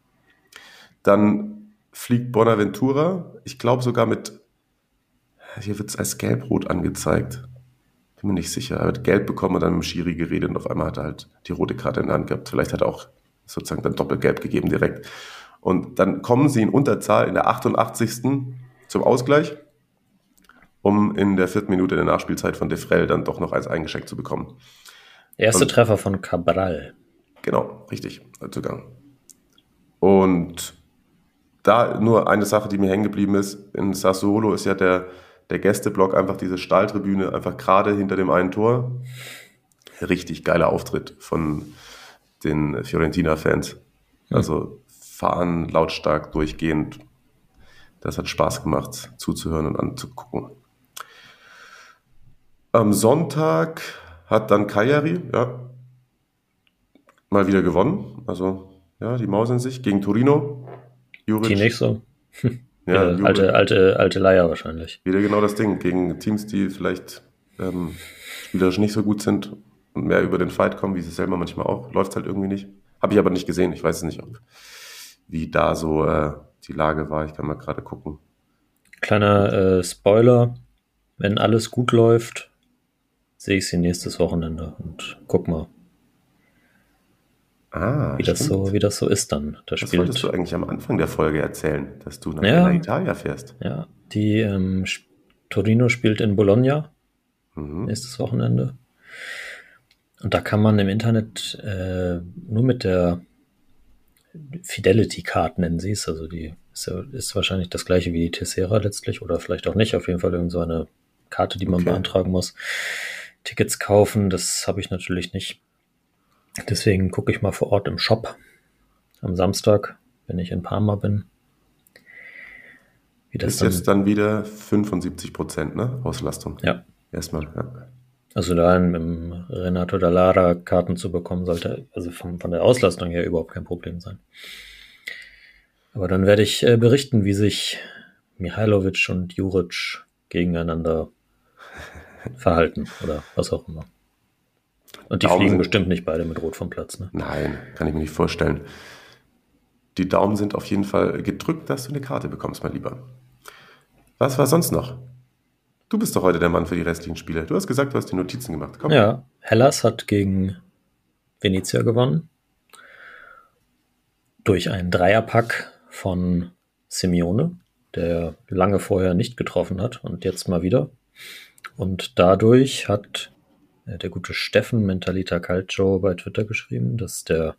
Dann fliegt Bonaventura, ich glaube sogar hier wird es als Gelb-Rot angezeigt. Bin mir nicht sicher. Er hat Gelb bekommen und dann mit dem Schiri geredet und auf einmal hat er halt die rote Karte in der Hand gehabt. Vielleicht hat er auch sozusagen dann Doppelgelb gegeben direkt. Und dann kommen sie in Unterzahl in der 88. zum Ausgleich, um in der 4. Minute der Nachspielzeit von Defrel dann doch noch eins eingeschenkt zu bekommen. Erste Treffer von Cabral. Genau, richtig, Zugang. Und da nur eine Sache, die mir hängen geblieben ist, in Sassuolo ist ja der Gästeblock einfach diese Stahltribüne, einfach gerade hinter dem einen Tor. Richtig geiler Auftritt von den Fiorentina-Fans. Also fahren lautstark, durchgehend. Das hat Spaß gemacht, zuzuhören und anzugucken. Am Sonntag hat dann Cagliari mal wieder gewonnen. Also ja, die mausen sich gegen Torino. Juric. Die nicht so. Ja, alte Leier wahrscheinlich. Wieder genau das Ding. Gegen Teams, die vielleicht spielerisch nicht so gut sind und mehr über den Fight kommen, wie sie selber manchmal auch. Läuft halt irgendwie nicht. Habe ich aber nicht gesehen. Ich weiß es nicht, wie da so die Lage war. Ich kann mal gerade gucken. Kleiner Spoiler. Wenn alles gut läuft, sehe ich sie nächstes Wochenende und guck mal, wie das so ist dann. Das wolltest du eigentlich am Anfang der Folge erzählen, dass du nach Italia fährst. Ja, Torino spielt in Bologna nächstes Wochenende. Und da kann man im Internet nur mit der Fidelity Card, nennen sie es, also die ist wahrscheinlich das gleiche wie die Tessera letztlich oder vielleicht auch nicht, auf jeden Fall irgend so eine Karte, die man beantragen muss. Tickets kaufen, das habe ich natürlich nicht. Deswegen gucke ich mal vor Ort im Shop am Samstag, wenn ich in Parma bin. Das ist jetzt dann wieder 75%, ne? Auslastung. Ja. Erstmal, ja. Also da im Renato Dallara Karten zu bekommen, sollte also von der Auslastung her überhaupt kein Problem sein. Aber dann werde ich berichten, wie sich Mihailovic und Juric gegeneinander verhalten oder was auch immer. Und die fliegen bestimmt nicht beide mit Rot vom Platz, ne? Nein, kann ich mir nicht vorstellen. Die Daumen sind auf jeden Fall gedrückt, dass du eine Karte bekommst, mein Lieber. Was war sonst noch? Du bist doch heute der Mann für die restlichen Spiele. Du hast gesagt, du hast die Notizen gemacht. Komm. Ja, Hellas hat gegen Venezia gewonnen. Durch einen Dreierpack von Simeone, der lange vorher nicht getroffen hat und jetzt mal wieder. Und dadurch hat der gute Steffen Mentalita Calcio bei Twitter geschrieben, dass der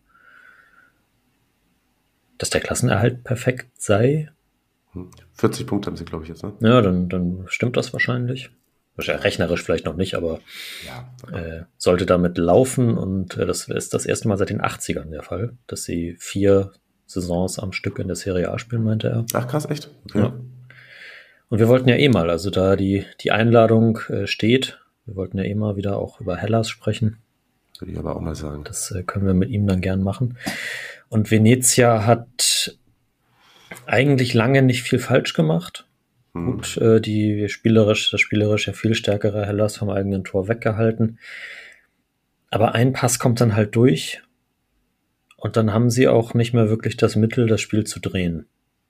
Klassenerhalt perfekt sei. 40 Punkte haben sie, glaube ich, jetzt, ne? Ja, dann stimmt das wahrscheinlich. Rechnerisch vielleicht noch nicht, aber sollte damit laufen. Und das ist das erste Mal seit den 80ern der Fall, dass sie 4 Saisons am Stück in der Serie A spielen, meinte er. Ach krass, echt? Okay. Ja. Und wir wollten ja mal, also da die Einladung steht, wir wollten ja mal wieder auch über Hellas sprechen. Würde ich aber auch mal sagen. Das können wir mit ihm dann gern machen. Und Venezia hat eigentlich lange nicht viel falsch gemacht. Gut, das spielerisch ja viel stärkere Hellas vom eigenen Tor weggehalten. Aber ein Pass kommt dann halt durch und dann haben sie auch nicht mehr wirklich das Mittel, das Spiel zu drehen.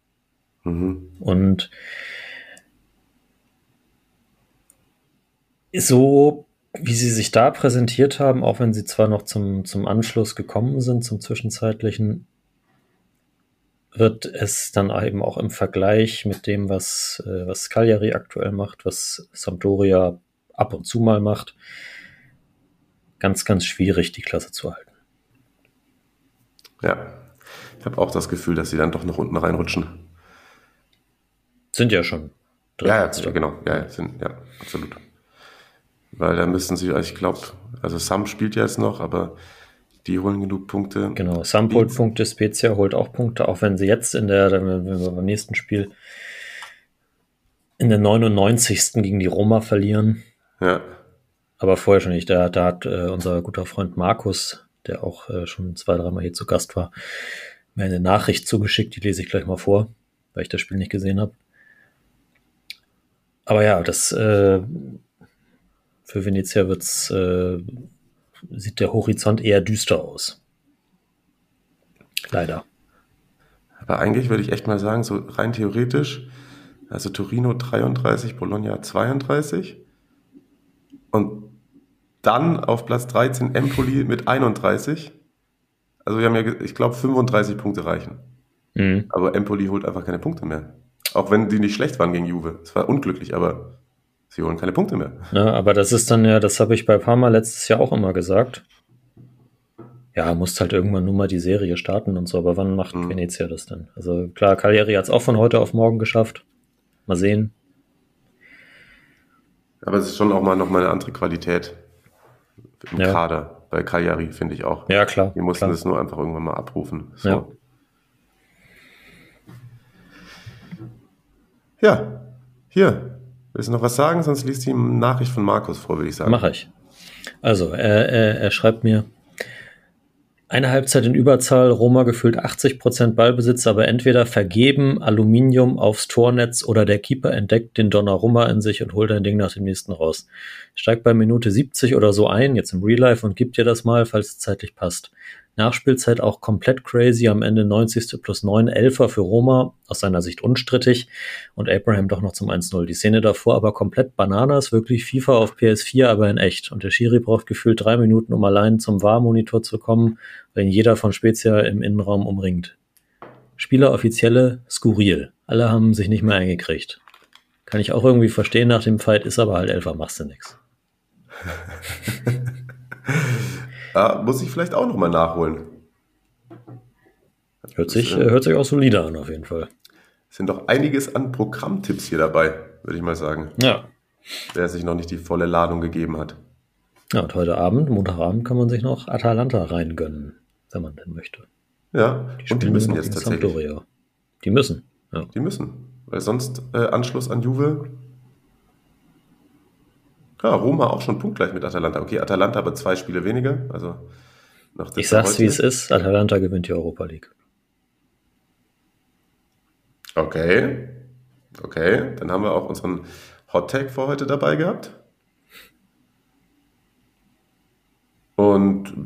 Und so, wie sie sich da präsentiert haben, auch wenn sie zwar noch zum Anschluss gekommen sind, zum Zwischenzeitlichen, wird es dann eben auch im Vergleich mit dem, was Cagliari aktuell macht, was Sampdoria ab und zu mal macht, ganz, ganz schwierig, die Klasse zu halten. Ja, ich habe auch das Gefühl, dass sie dann doch noch unten reinrutschen. Sind ja schon. Ja, genau. Ja, absolut. Weil da müssen sie, also ich glaube, also Sam spielt ja jetzt noch, aber die holen genug Punkte. Genau, Sam holt Punkte, Spezia holt auch Punkte, auch wenn sie jetzt wenn wir beim nächsten Spiel in der 99. gegen die Roma verlieren. Ja. Aber vorher schon nicht. Da hat unser guter Freund Markus, der auch schon 2-3 Mal hier zu Gast war, mir eine Nachricht zugeschickt, die lese ich gleich mal vor, weil ich das Spiel nicht gesehen habe. Aber ja, das für Venezia sieht der Horizont eher düster aus. Leider. Aber eigentlich würde ich echt mal sagen, so rein theoretisch, also Torino 33, Bologna 32 und dann auf Platz 13 Empoli mit 31. Also wir haben ja, ich glaube, 35 Punkte reichen. Mhm. Aber Empoli holt einfach keine Punkte mehr. Auch wenn die nicht schlecht waren gegen Juve. Es war unglücklich, aber sie holen keine Punkte mehr. Ja, aber das ist dann ja, das habe ich bei Parma letztes Jahr auch immer gesagt. Ja, musst halt irgendwann nur mal die Serie starten und so, aber wann macht Venezia das denn? Also klar, Cagliari hat es auch von heute auf morgen geschafft. Mal sehen. Aber es ist schon auch mal nochmal eine andere Qualität im Kader. Bei Cagliari, finde ich auch. Ja, klar. Die mussten es nur einfach irgendwann mal abrufen. So. Ja, hier. Willst du noch was sagen? Sonst liest die Nachricht von Markus vor, würde ich sagen. Mache ich. Also, er schreibt mir: Eine Halbzeit in Überzahl, Roma gefühlt 80% Ballbesitz, aber entweder vergeben, Aluminium aufs Tornetz oder der Keeper entdeckt den Donnarumma in sich und holt ein Ding nach dem nächsten raus. Steigt bei Minute 70 oder so ein, jetzt im Real Life, und gibt dir das mal, falls es zeitlich passt. Nachspielzeit auch komplett crazy, am Ende 90. plus 9, Elfer für Roma, aus seiner Sicht unstrittig, und Abraham doch noch zum 1-0. Die Szene davor aber komplett Bananas, wirklich FIFA auf PS4, aber in echt. Und der Schiri braucht gefühlt 3 Minuten, um allein zum VAR-Monitor zu kommen, wenn jeder von Spezia im Innenraum umringt. Spieler offizielle skurril. Alle haben sich nicht mehr eingekriegt. Kann ich auch irgendwie verstehen nach dem Fight, ist aber halt Elfer, machst du nix. Muss ich vielleicht auch nochmal nachholen. Hört sich auch solide an, auf jeden Fall. Es sind doch einiges an Programmtipps hier dabei, würde ich mal sagen. Ja. Wer sich noch nicht die volle Ladung gegeben hat. Ja, und heute Abend, Montagabend, kann man sich noch Atalanta reingönnen, wenn man denn möchte. Ja, und die müssen jetzt tatsächlich. Sampdoria. Die müssen, ja. Die müssen, weil sonst Anschluss an Juve. Ja, Roma auch schon punktgleich mit Atalanta. Okay, Atalanta aber 2 Spiele weniger. Also ich sag's, wie es ist, Atalanta gewinnt die Europa League. Okay, dann haben wir auch unseren Hot Take für heute dabei gehabt. Und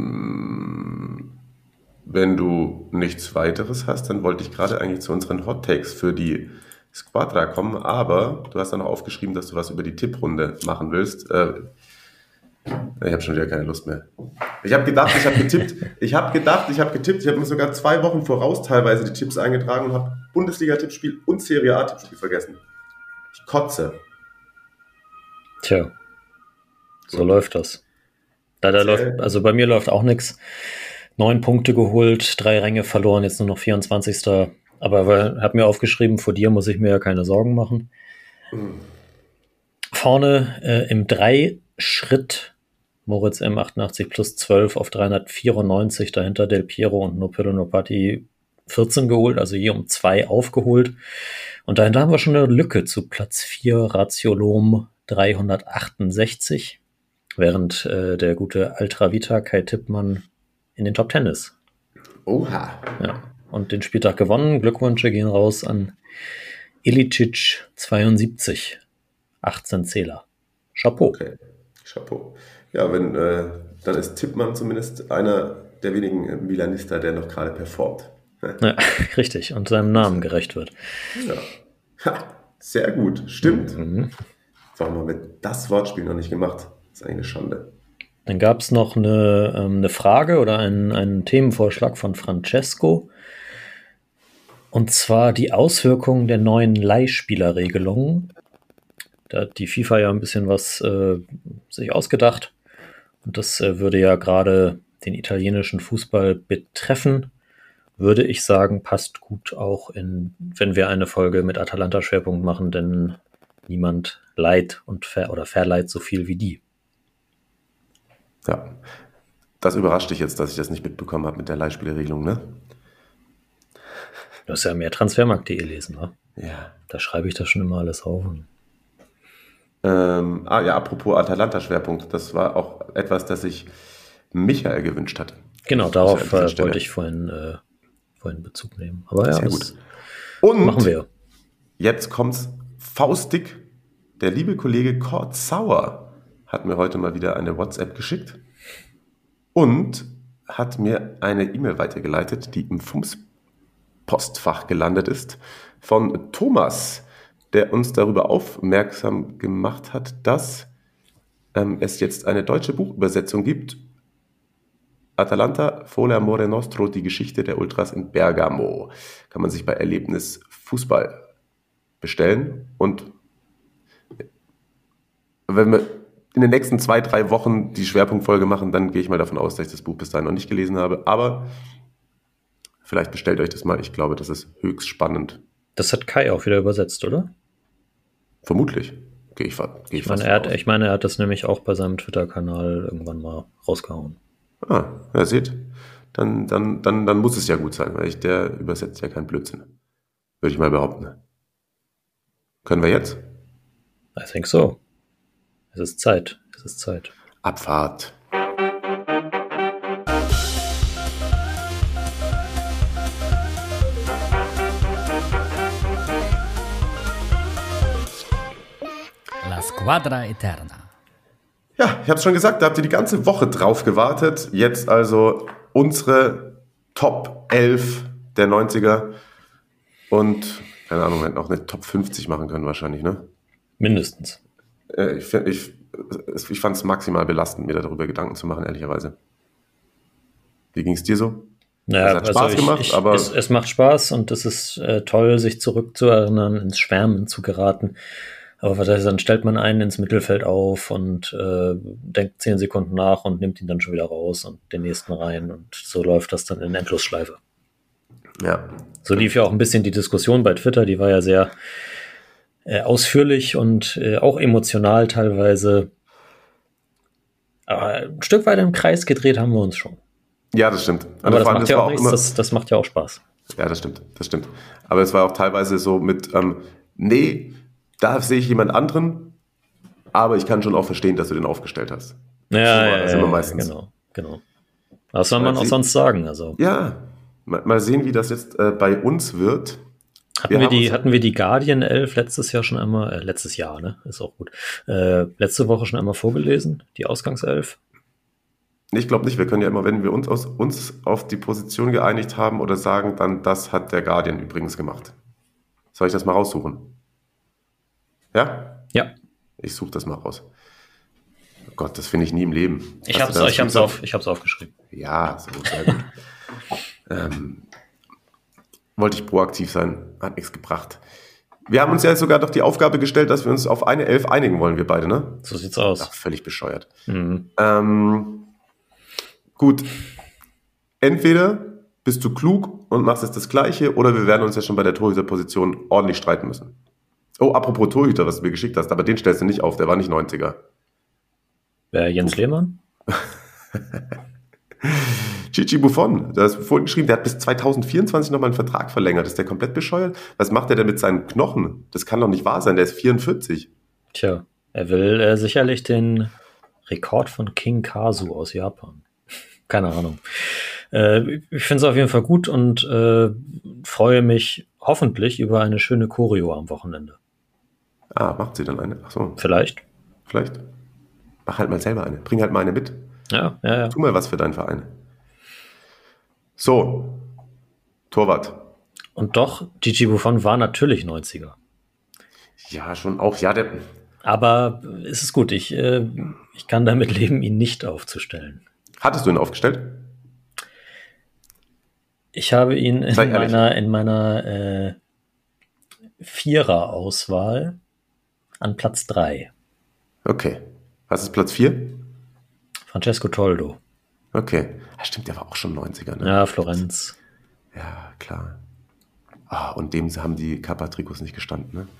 wenn du nichts weiteres hast, dann wollte ich gerade eigentlich zu unseren Hot Takes für die Squadra kommen, aber du hast dann noch aufgeschrieben, dass du was über die Tipprunde machen willst. Ich habe schon wieder keine Lust mehr. Ich habe gedacht, ich habe getippt. Ich habe mir sogar 2 Wochen voraus teilweise die Tipps eingetragen und habe Bundesliga-Tippspiel und Serie A-Tippspiel vergessen. Ich kotze. Tja, so läuft das. Also bei mir läuft auch nichts. 9 Punkte geholt, 3 Ränge verloren, jetzt nur noch 24. Aber habe mir aufgeschrieben, vor dir muss ich mir ja keine Sorgen machen. Vorne im 3-Schritt Moritz M88 plus 12 auf 394, dahinter Del Piero und Nopello Nopati 14 geholt, also je um 2 aufgeholt. Und dahinter haben wir schon eine Lücke zu Platz 4, Ratiolom 368, während der gute Altravita Kai Tippmann in den Top 10 ist. Oha. Ja. Und den Spieltag gewonnen. Glückwünsche gehen raus an Ilicic 72. 18 Zähler. Chapeau. Okay. Chapeau. Ja, dann ist Tippmann zumindest einer der wenigen Milanister, der noch gerade performt. Ja, richtig. Und seinem Namen gerecht wird. Ja. Ha, sehr gut. Stimmt. Warum haben wir das Wortspiel noch nicht gemacht? Das ist eigentlich eine Schande. Dann gab es noch eine Frage oder einen Themenvorschlag von Francesco. Und zwar die Auswirkungen der neuen Leihspielerregelungen. Da hat die FIFA ja ein bisschen was sich ausgedacht. Und das würde ja gerade den italienischen Fußball betreffen, würde ich sagen, passt gut auch wenn wir eine Folge mit Atalanta-Schwerpunkt machen, denn niemand leiht und verleiht so viel wie die. Ja, das überrascht dich jetzt, dass ich das nicht mitbekommen habe mit der Leihspielerregelung, ne? Du hast ja mehr Transfermarkt.de lesen, wa? Ja. Da schreibe ich das schon immer alles auf. Apropos Atalanta-Schwerpunkt, das war auch etwas, das sich Michael gewünscht hatte. Genau, darauf wollte ich vorhin Bezug nehmen. Aber ja, sehr gut. Und machen wir. Jetzt kommt's faustdick. Der liebe Kollege Kurt Sauer hat mir heute mal wieder eine WhatsApp geschickt und hat mir eine E-Mail weitergeleitet, die im FUMS-Postfach gelandet ist, von Thomas, der uns darüber aufmerksam gemacht hat, dass es jetzt eine deutsche Buchübersetzung gibt. Atalanta, Folle Amore Nostro, die Geschichte der Ultras in Bergamo. Kann man sich bei Erlebnis Fußball bestellen. Und wenn wir in den nächsten 2-3 Wochen die Schwerpunktfolge machen, dann gehe ich mal davon aus, dass ich das Buch bis dahin noch nicht gelesen habe. Aber vielleicht bestellt euch das mal. Ich glaube, das ist höchst spannend. Das hat Kai auch wieder übersetzt, oder? Vermutlich. Ich meine, er hat das nämlich auch bei seinem Twitter-Kanal irgendwann mal rausgehauen. Ja, seht. Dann muss es ja gut sein, weil der übersetzt ja keinen Blödsinn. Würde ich mal behaupten. Können wir jetzt? I think so. Es ist Zeit. Abfahrt. La Squadra Eterna. Ja, ich habe es schon gesagt, da habt ihr die ganze Woche drauf gewartet. Jetzt also unsere Top 11 der 90er. Und, keine Ahnung, wir hätten auch eine Top 50 machen können wahrscheinlich, ne? Mindestens. Ich fand es maximal belastend, mir darüber Gedanken zu machen, ehrlicherweise. Wie ging es dir so? Naja, es hat Spaß gemacht, aber es macht Spaß und es ist toll, sich zurückzuerinnern, ins Schwärmen zu geraten. Aber dann stellt man einen ins Mittelfeld auf und denkt 10 Sekunden nach und nimmt ihn dann schon wieder raus und den nächsten rein. Und so läuft das dann in Endlosschleife. Ja. So lief ja auch ein bisschen die Diskussion bei Twitter. Die war ja sehr ausführlich und auch emotional teilweise. Aber ein Stück weit im Kreis gedreht haben wir uns schon. Ja, das stimmt. Aber das macht ja auch nichts. Das macht ja auch Spaß. Ja, das stimmt. Aber es war auch teilweise so mit, da sehe ich jemand anderen, aber ich kann schon auch verstehen, dass du den aufgestellt hast. Ja, meistens. Genau. Was soll man auch sonst sagen? Also. Ja, mal sehen, wie das jetzt bei uns wird. Hatten wir die Guardian 11 letztes Jahr schon einmal, letztes Jahr, ne? Ist auch gut. Letzte Woche schon einmal vorgelesen, die Ausgangself? Ich glaube nicht, wir können ja immer, wenn wir uns auf die Position geeinigt haben oder sagen, dann das hat der Guardian übrigens gemacht. Soll ich das mal raussuchen? Ja? Ja. Ich suche das mal raus. Oh Gott, das finde ich nie im Leben. Ich hab's aufgeschrieben. Ja, so, sehr gut. Wollte ich proaktiv sein, hat nichts gebracht. Wir haben uns ja sogar doch die Aufgabe gestellt, dass wir uns auf eine 11 einigen wollen, wir beide, ne? So sieht's aus. Ach, völlig bescheuert. Mhm. Gut. Entweder bist du klug und machst jetzt das Gleiche, oder wir werden uns ja schon bei der Torhüterposition ordentlich streiten müssen. Oh, apropos Torhüter, was du mir geschickt hast, aber den stellst du nicht auf, der war nicht 90er. Wer, Jens Lehmann? Gigi Buffon, du hast vorhin geschrieben, der hat bis 2024 nochmal einen Vertrag verlängert. Ist der komplett bescheuert? Was macht der denn mit seinen Knochen? Das kann doch nicht wahr sein, der ist 44. Tja, er will sicherlich den Rekord von King Kazu aus Japan. Keine Ahnung. Ich finde es auf jeden Fall gut und freue mich hoffentlich über eine schöne Choreo am Wochenende. Macht sie dann eine? Ach so. Vielleicht. Mach halt mal selber eine. Bring halt mal eine mit. Ja. Tu mal was für deinen Verein. So. Torwart. Und doch, Gigi Buffon war natürlich 90er. Ja, schon auch. Ja, aber es ist gut. Ich kann damit leben, ihn nicht aufzustellen. Hattest du ihn aufgestellt? Ich habe ihn in meiner Vierer-Auswahl an Platz 3. Okay. Was ist Platz 4? Francesco Toldo. Okay. Stimmt, der war auch schon 90er, ne? Ja, Florenz. Ja, klar. Und dem haben die Kappa-Trikots nicht gestanden, ne?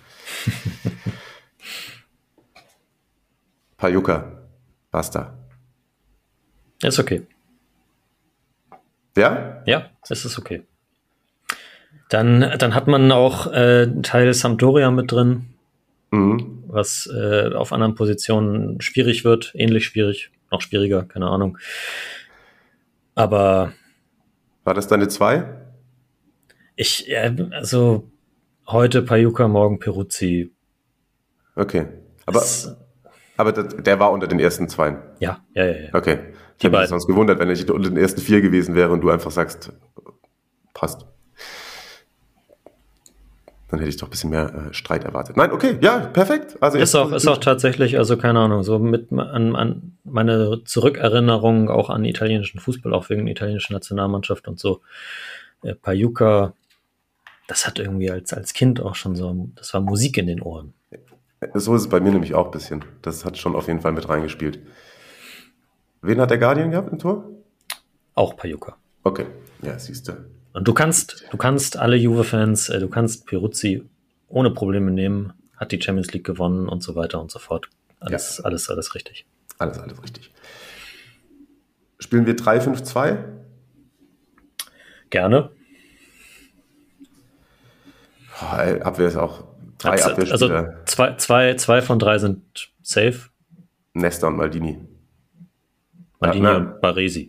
Pajuka. Basta. Ist okay. Ja? Ja, es ist okay. Dann hat man auch Teil Sampdoria mit drin, was auf anderen Positionen schwierig wird, ähnlich schwierig, noch schwieriger, keine Ahnung. Aber war das deine 2? Also heute Pajuka, morgen Peruzzi. Okay. Aber der war unter den ersten 2. Ja. Okay. Ich hätte mich sonst gewundert, wenn ich unter den ersten 4 gewesen wäre und du einfach sagst, passt. Dann hätte ich doch ein bisschen mehr Streit erwartet. Nein, okay, ja, perfekt. Also ist auch tatsächlich, also keine Ahnung, so an meine Zurückerinnerung auch an italienischen Fußball, auch wegen der italienischen Nationalmannschaft und so. Pajuka, das hat irgendwie als Kind auch schon so, das war Musik in den Ohren. So ist es bei mir nämlich auch ein bisschen. Das hat schon auf jeden Fall mit reingespielt. Wen hat der Guardian gehabt im Tor? Auch Pajuka. Okay, ja, siehst du. Und du kannst alle Juve-Fans, du kannst Peruzzi ohne Probleme nehmen, hat die Champions League gewonnen und so weiter und so fort. Alles richtig. Alles richtig. Spielen wir 3-5-2? Gerne. Abwehr ist auch 3 Abwehrspieler. Also zwei von 3 sind safe. Nesta und Maldini. Und Baresi.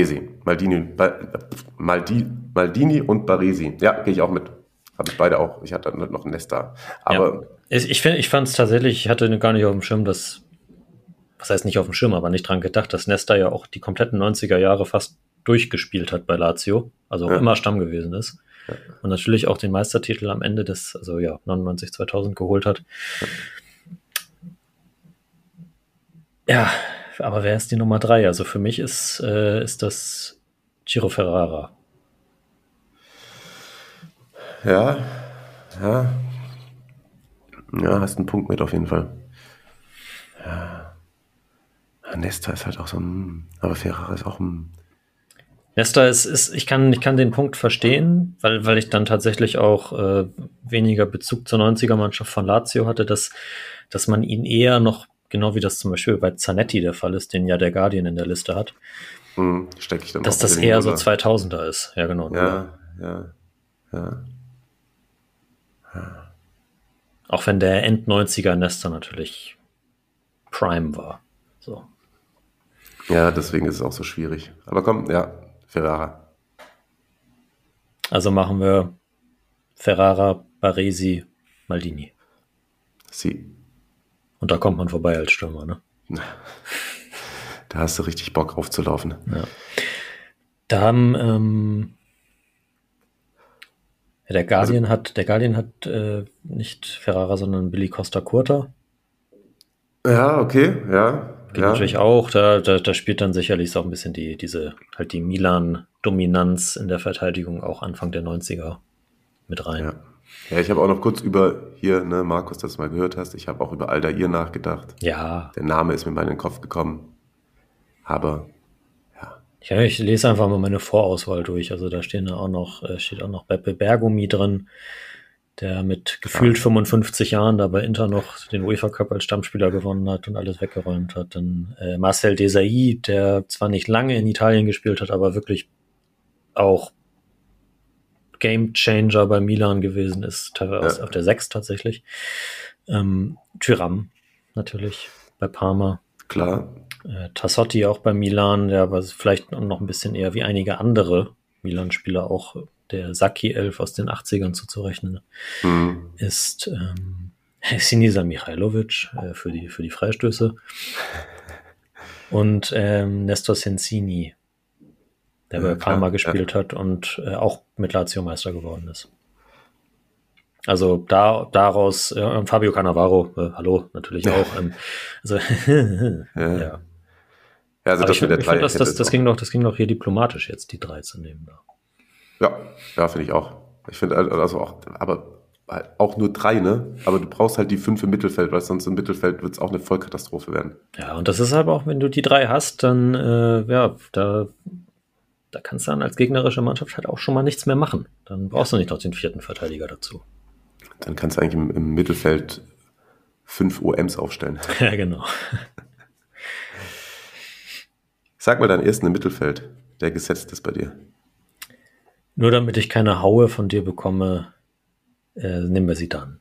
Maldini und Baresi. Ja, gehe ich auch mit. Habe ich beide auch. Ich hatte noch Nesta. Aber ja. Ich fand es tatsächlich, ich hatte gar nicht auf dem Schirm, was heißt nicht auf dem Schirm, aber nicht dran gedacht, dass Nesta ja auch die kompletten 90er Jahre fast durchgespielt hat bei Lazio. Also auch immer Stamm gewesen ist. Ja. Und natürlich auch den Meistertitel am Ende des, 99, 2000 geholt hat. Ja, aber wer ist die Nummer 3? Also für mich ist das Ciro Ferrara. Ja, hast einen Punkt mit auf jeden Fall. Ja. Nesta ist halt auch so aber Ferrara ist auch Nesta ist ich kann den Punkt verstehen, weil ich dann tatsächlich auch weniger Bezug zur 90er-Mannschaft von Lazio hatte, dass man ihn eher noch, genau wie das zum Beispiel bei Zanetti der Fall ist, den ja der Guardian in der Liste hat, stecke ich dann dass das eher so 2000er ist. Ja, genau. Ja. Auch wenn der End-90er Nesta natürlich Prime war. So. Ja, deswegen ist es auch so schwierig. Aber komm, ja, Ferrara. Also machen wir Ferrara, Baresi, Maldini. Sie. Und da kommt man vorbei als Stürmer, ne? Da hast du richtig Bock aufzulaufen. Ja. Da haben der Guardian hat nicht Ferrara, sondern Billy Costa Curta. Ja, okay, ja. Geht natürlich auch, da spielt dann sicherlich auch ein bisschen die Milan-Dominanz in der Verteidigung auch Anfang der 90er mit rein. Ja, ich habe auch noch kurz über hier, ne, Markus, dass du mal gehört hast, ich habe auch über Aldair nachgedacht. Ja. Der Name ist mir mal in den Kopf gekommen. Aber, ja, ich lese einfach mal meine Vorauswahl durch. Also da steht auch noch Beppe Bergomi drin, der mit gefühlt 55 Jahren da bei Inter noch den UEFA Cup als Stammspieler gewonnen hat und alles weggeräumt hat. Dann Marcel Desailly, der zwar nicht lange in Italien gespielt hat, aber wirklich auch Game Changer bei Milan gewesen ist, teilweise auf der 6 tatsächlich. Thuram natürlich bei Parma. Klar. Tassotti auch bei Milan, der aber vielleicht noch ein bisschen eher wie einige andere Milan-Spieler auch der Sacchi-Elf aus den 80ern zuzurechnen ist Sinisa Mihajlovic für die Freistöße und Nestor Sensini, der bei Parma gespielt hat und auch mit Lazio Meister geworden ist. Also daraus Fabio Cannavaro, hallo, natürlich auch. Ja. Also aber ich finde, das ging doch hier diplomatisch jetzt, die 3 zu nehmen. Ja, finde ich auch. Ich finde also auch, aber auch nur 3, ne? Aber du brauchst halt die 5 im Mittelfeld, weil sonst im Mittelfeld wird es auch eine Vollkatastrophe werden. Ja, und das ist halt auch, wenn du die 3 hast, dann, da kannst du dann als gegnerische Mannschaft halt auch schon mal nichts mehr machen. Dann brauchst du nicht noch den 4. Verteidiger dazu. Dann kannst du eigentlich im Mittelfeld 5 OMs aufstellen. Ja, genau. Sag mal deinen ersten im Mittelfeld, der gesetzt ist bei dir. Nur damit ich keine Haue von dir bekomme, nehmen wir sie dann.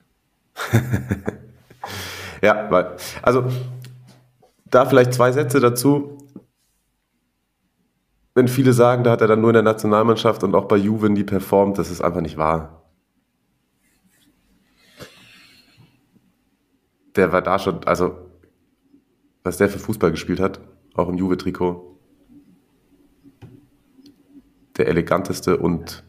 Ja, also da vielleicht 2 Sätze dazu. Wenn viele sagen, da hat er dann nur in der Nationalmannschaft und auch bei Juve nie performt, das ist einfach nicht wahr. Der war da schon, also was der für Fußball gespielt hat, auch im Juve-Trikot, der eleganteste und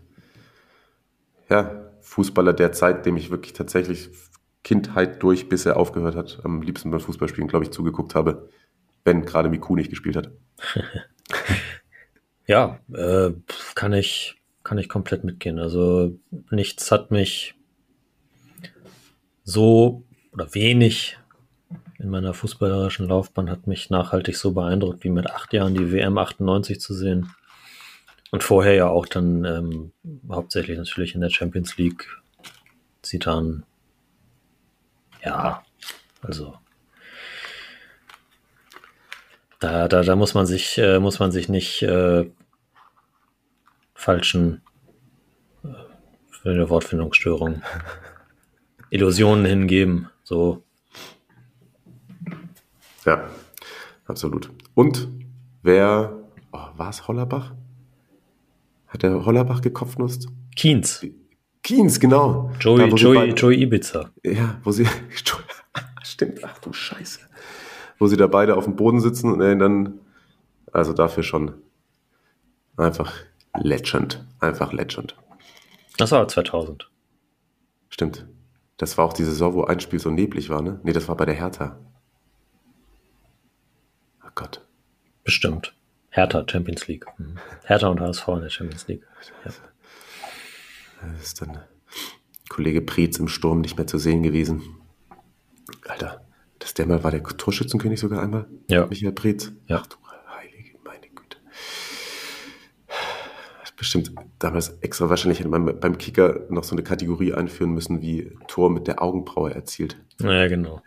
Fußballer der Zeit, dem ich wirklich tatsächlich Kindheit durch, bis er aufgehört hat, am liebsten beim Fußballspielen, glaube ich, zugeguckt habe, wenn gerade Miku nicht gespielt hat. Ja, kann ich komplett mitgehen. Also nichts hat mich so oder wenig in meiner fußballerischen Laufbahn hat mich nachhaltig so beeindruckt, wie mit 8 Jahren die WM 98 zu sehen. Und vorher ja auch dann hauptsächlich natürlich in der Champions League Zidane. Ja, also da muss man sich nicht falschen für eine Wortfindungsstörung Illusionen hingeben. So. Ja, absolut. Und war es Hollerbach? Hat der Hollerbach gekopfnusst? Kienz, genau. Joey Ibiza. Ja, wo sie, stimmt, ach du Scheiße. Wo sie da beide auf dem Boden sitzen und er ihn dann, also dafür schon einfach Legend. Das war 2000. Stimmt. Das war auch die Saison, wo ein Spiel so neblig war, ne? Nee, das war bei der Hertha. Oh Gott. Bestimmt. Hertha, Champions League. Hertha und HSV in der Champions League. Ja. Da ist dann Kollege Preetz im Sturm nicht mehr zu sehen gewesen. Alter, dass der mal war, der Torschützenkönig sogar einmal? Ja. Michael Preetz? Ja. Ach du heilige, meine Güte. Bestimmt damals extra wahrscheinlich hätte man beim Kicker noch so eine Kategorie einführen müssen, wie Tor mit der Augenbraue erzielt. Ja, genau.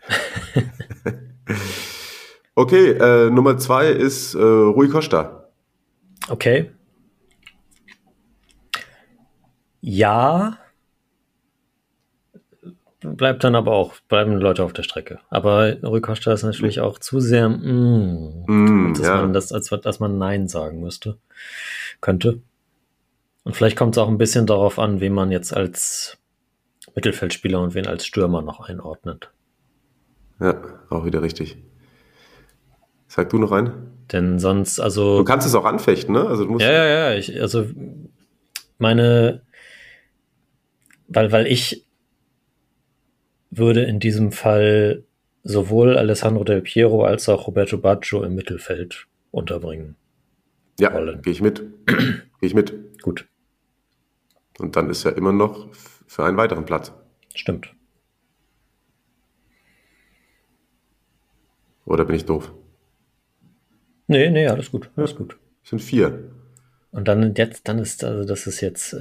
Okay, Nummer 2 ist Rui Costa. Okay. Ja. Bleiben Leute auf der Strecke. Aber Rui Costa ist natürlich auch zu sehr, dass man Nein sagen könnte. Und vielleicht kommt es auch ein bisschen darauf an, wen man jetzt als Mittelfeldspieler und wen als Stürmer noch einordnet. Ja, auch wieder richtig. Sag du noch einen? Denn sonst, also... Du kannst es auch anfechten, ne? Also du musst weil ich würde in diesem Fall sowohl Alessandro Del Piero als auch Roberto Baggio im Mittelfeld unterbringen. Ja, gehe ich mit. Gut. Und dann ist ja immer noch für einen weiteren Platz. Stimmt. Oder bin ich doof? Nee, alles gut. Alles gut. Es sind 4. Und das ist jetzt...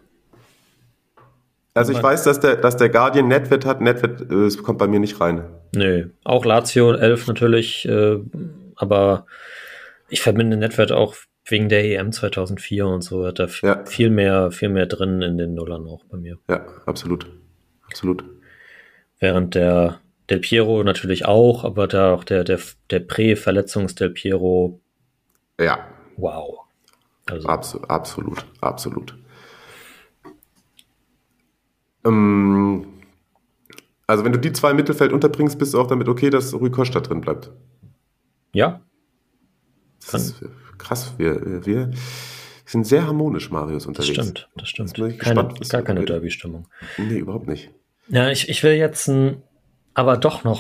Also ich weiß, dass der Guardian Nedved hat. Nedved kommt bei mir nicht rein. Nö, auch Lazio 11 natürlich, aber ich verbinde Nedved auch wegen der EM 2004 und so, hat er viel mehr drin in den Nullern auch bei mir. Ja, absolut. Während der Del Piero natürlich auch, aber da auch der Prä-Verletzungs Del Piero. Ja. Wow. Also. Absolut. Also wenn du die 2 im Mittelfeld unterbringst, bist du auch damit okay, dass Rui Costa drin bleibt. Ja. Das ist krass. Wir sind sehr harmonisch, Marius, unterwegs. Das stimmt. Keine Derby-Stimmung. Nee, überhaupt nicht. Ja, ich will jetzt aber doch noch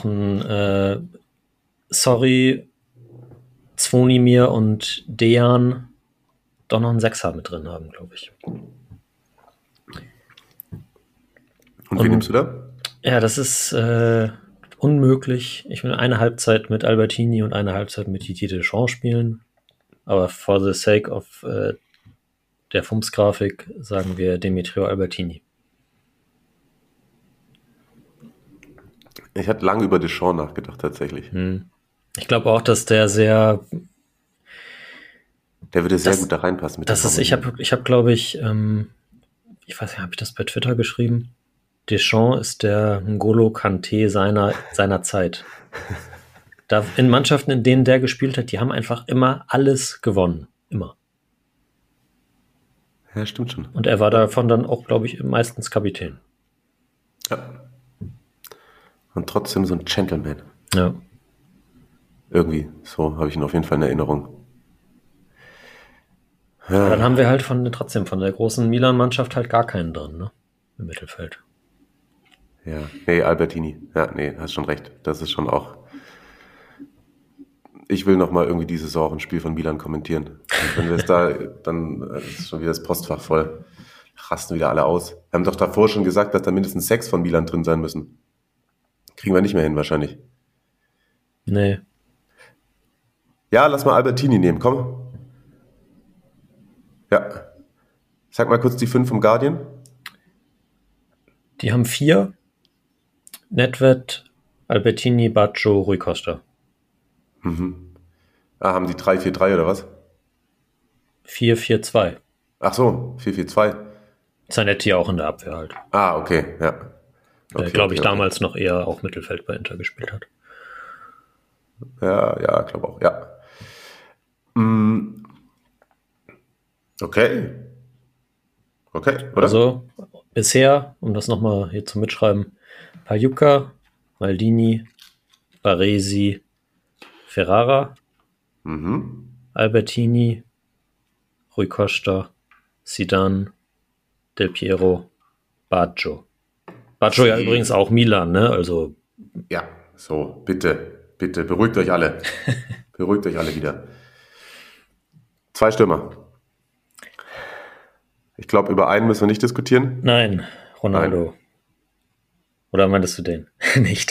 Zvonimir und Dejan doch noch einen 6er mit drin haben, glaube ich. Und wen nimmst du da? Ja, das ist unmöglich. Ich will eine Halbzeit mit Albertini und eine Halbzeit mit Didier Deschamps spielen. Aber for the sake of der FUMS-Grafik sagen wir Demetrio Albertini. Ich hatte lange über Deschamps nachgedacht, tatsächlich. Ich glaube auch, dass der sehr... Der würde sehr gut da reinpassen. Mit ich habe, glaube ich, ich weiß nicht, habe ich das bei Twitter geschrieben? Deschamps ist der N'Golo Kanté seiner Zeit. In Mannschaften, in denen der gespielt hat, die haben einfach immer alles gewonnen. Immer. Ja, stimmt schon. Und er war davon dann auch, glaube ich, meistens Kapitän. Ja. Und trotzdem so ein Gentleman. Ja. Irgendwie, so habe ich ihn auf jeden Fall in Erinnerung. Ja. Dann haben wir halt trotzdem von der großen Milan-Mannschaft halt gar keinen drin, ne? Im Mittelfeld. Ja, nee, Albertini. Ja, nee, hast schon recht. Das ist schon auch... Ich will nochmal irgendwie die Saison ein Spiel von Milan kommentieren. Und wenn wir es da, dann ist schon wieder das Postfach voll. Rasten wieder alle aus. Wir haben doch davor schon gesagt, dass da mindestens 6 von Milan drin sein müssen. Kriegen wir nicht mehr hin, wahrscheinlich. Nee. Ja, lass mal Albertini nehmen, komm. Ja. Sag mal kurz die 5 vom Guardian. Die haben 4. Nedved, Albertini, Baggio, Rui Costa. Haben die 3-4-3 oder was? 4-4-2. Ach so, 4-4-2. Zanetti auch in der Abwehr halt. Okay, ja. Der, glaube ich, damals noch eher auch Mittelfeld bei Inter gespielt hat. Ja, glaube auch, ja. Okay, oder? Also, bisher, um das nochmal hier zu mitschreiben, Pagliuca, Maldini, Baresi, Ferrara, Albertini, Rui Costa, Zidane, Del Piero, Baggio. Baggio ja übrigens auch Milan, ne? Also. Ja, so, bitte, beruhigt euch alle. Beruhigt euch alle wieder. 2 Stürmer. Ich glaube, über einen müssen wir nicht diskutieren. Nein, Ronaldo. Nein. Oder meintest du den? Nicht.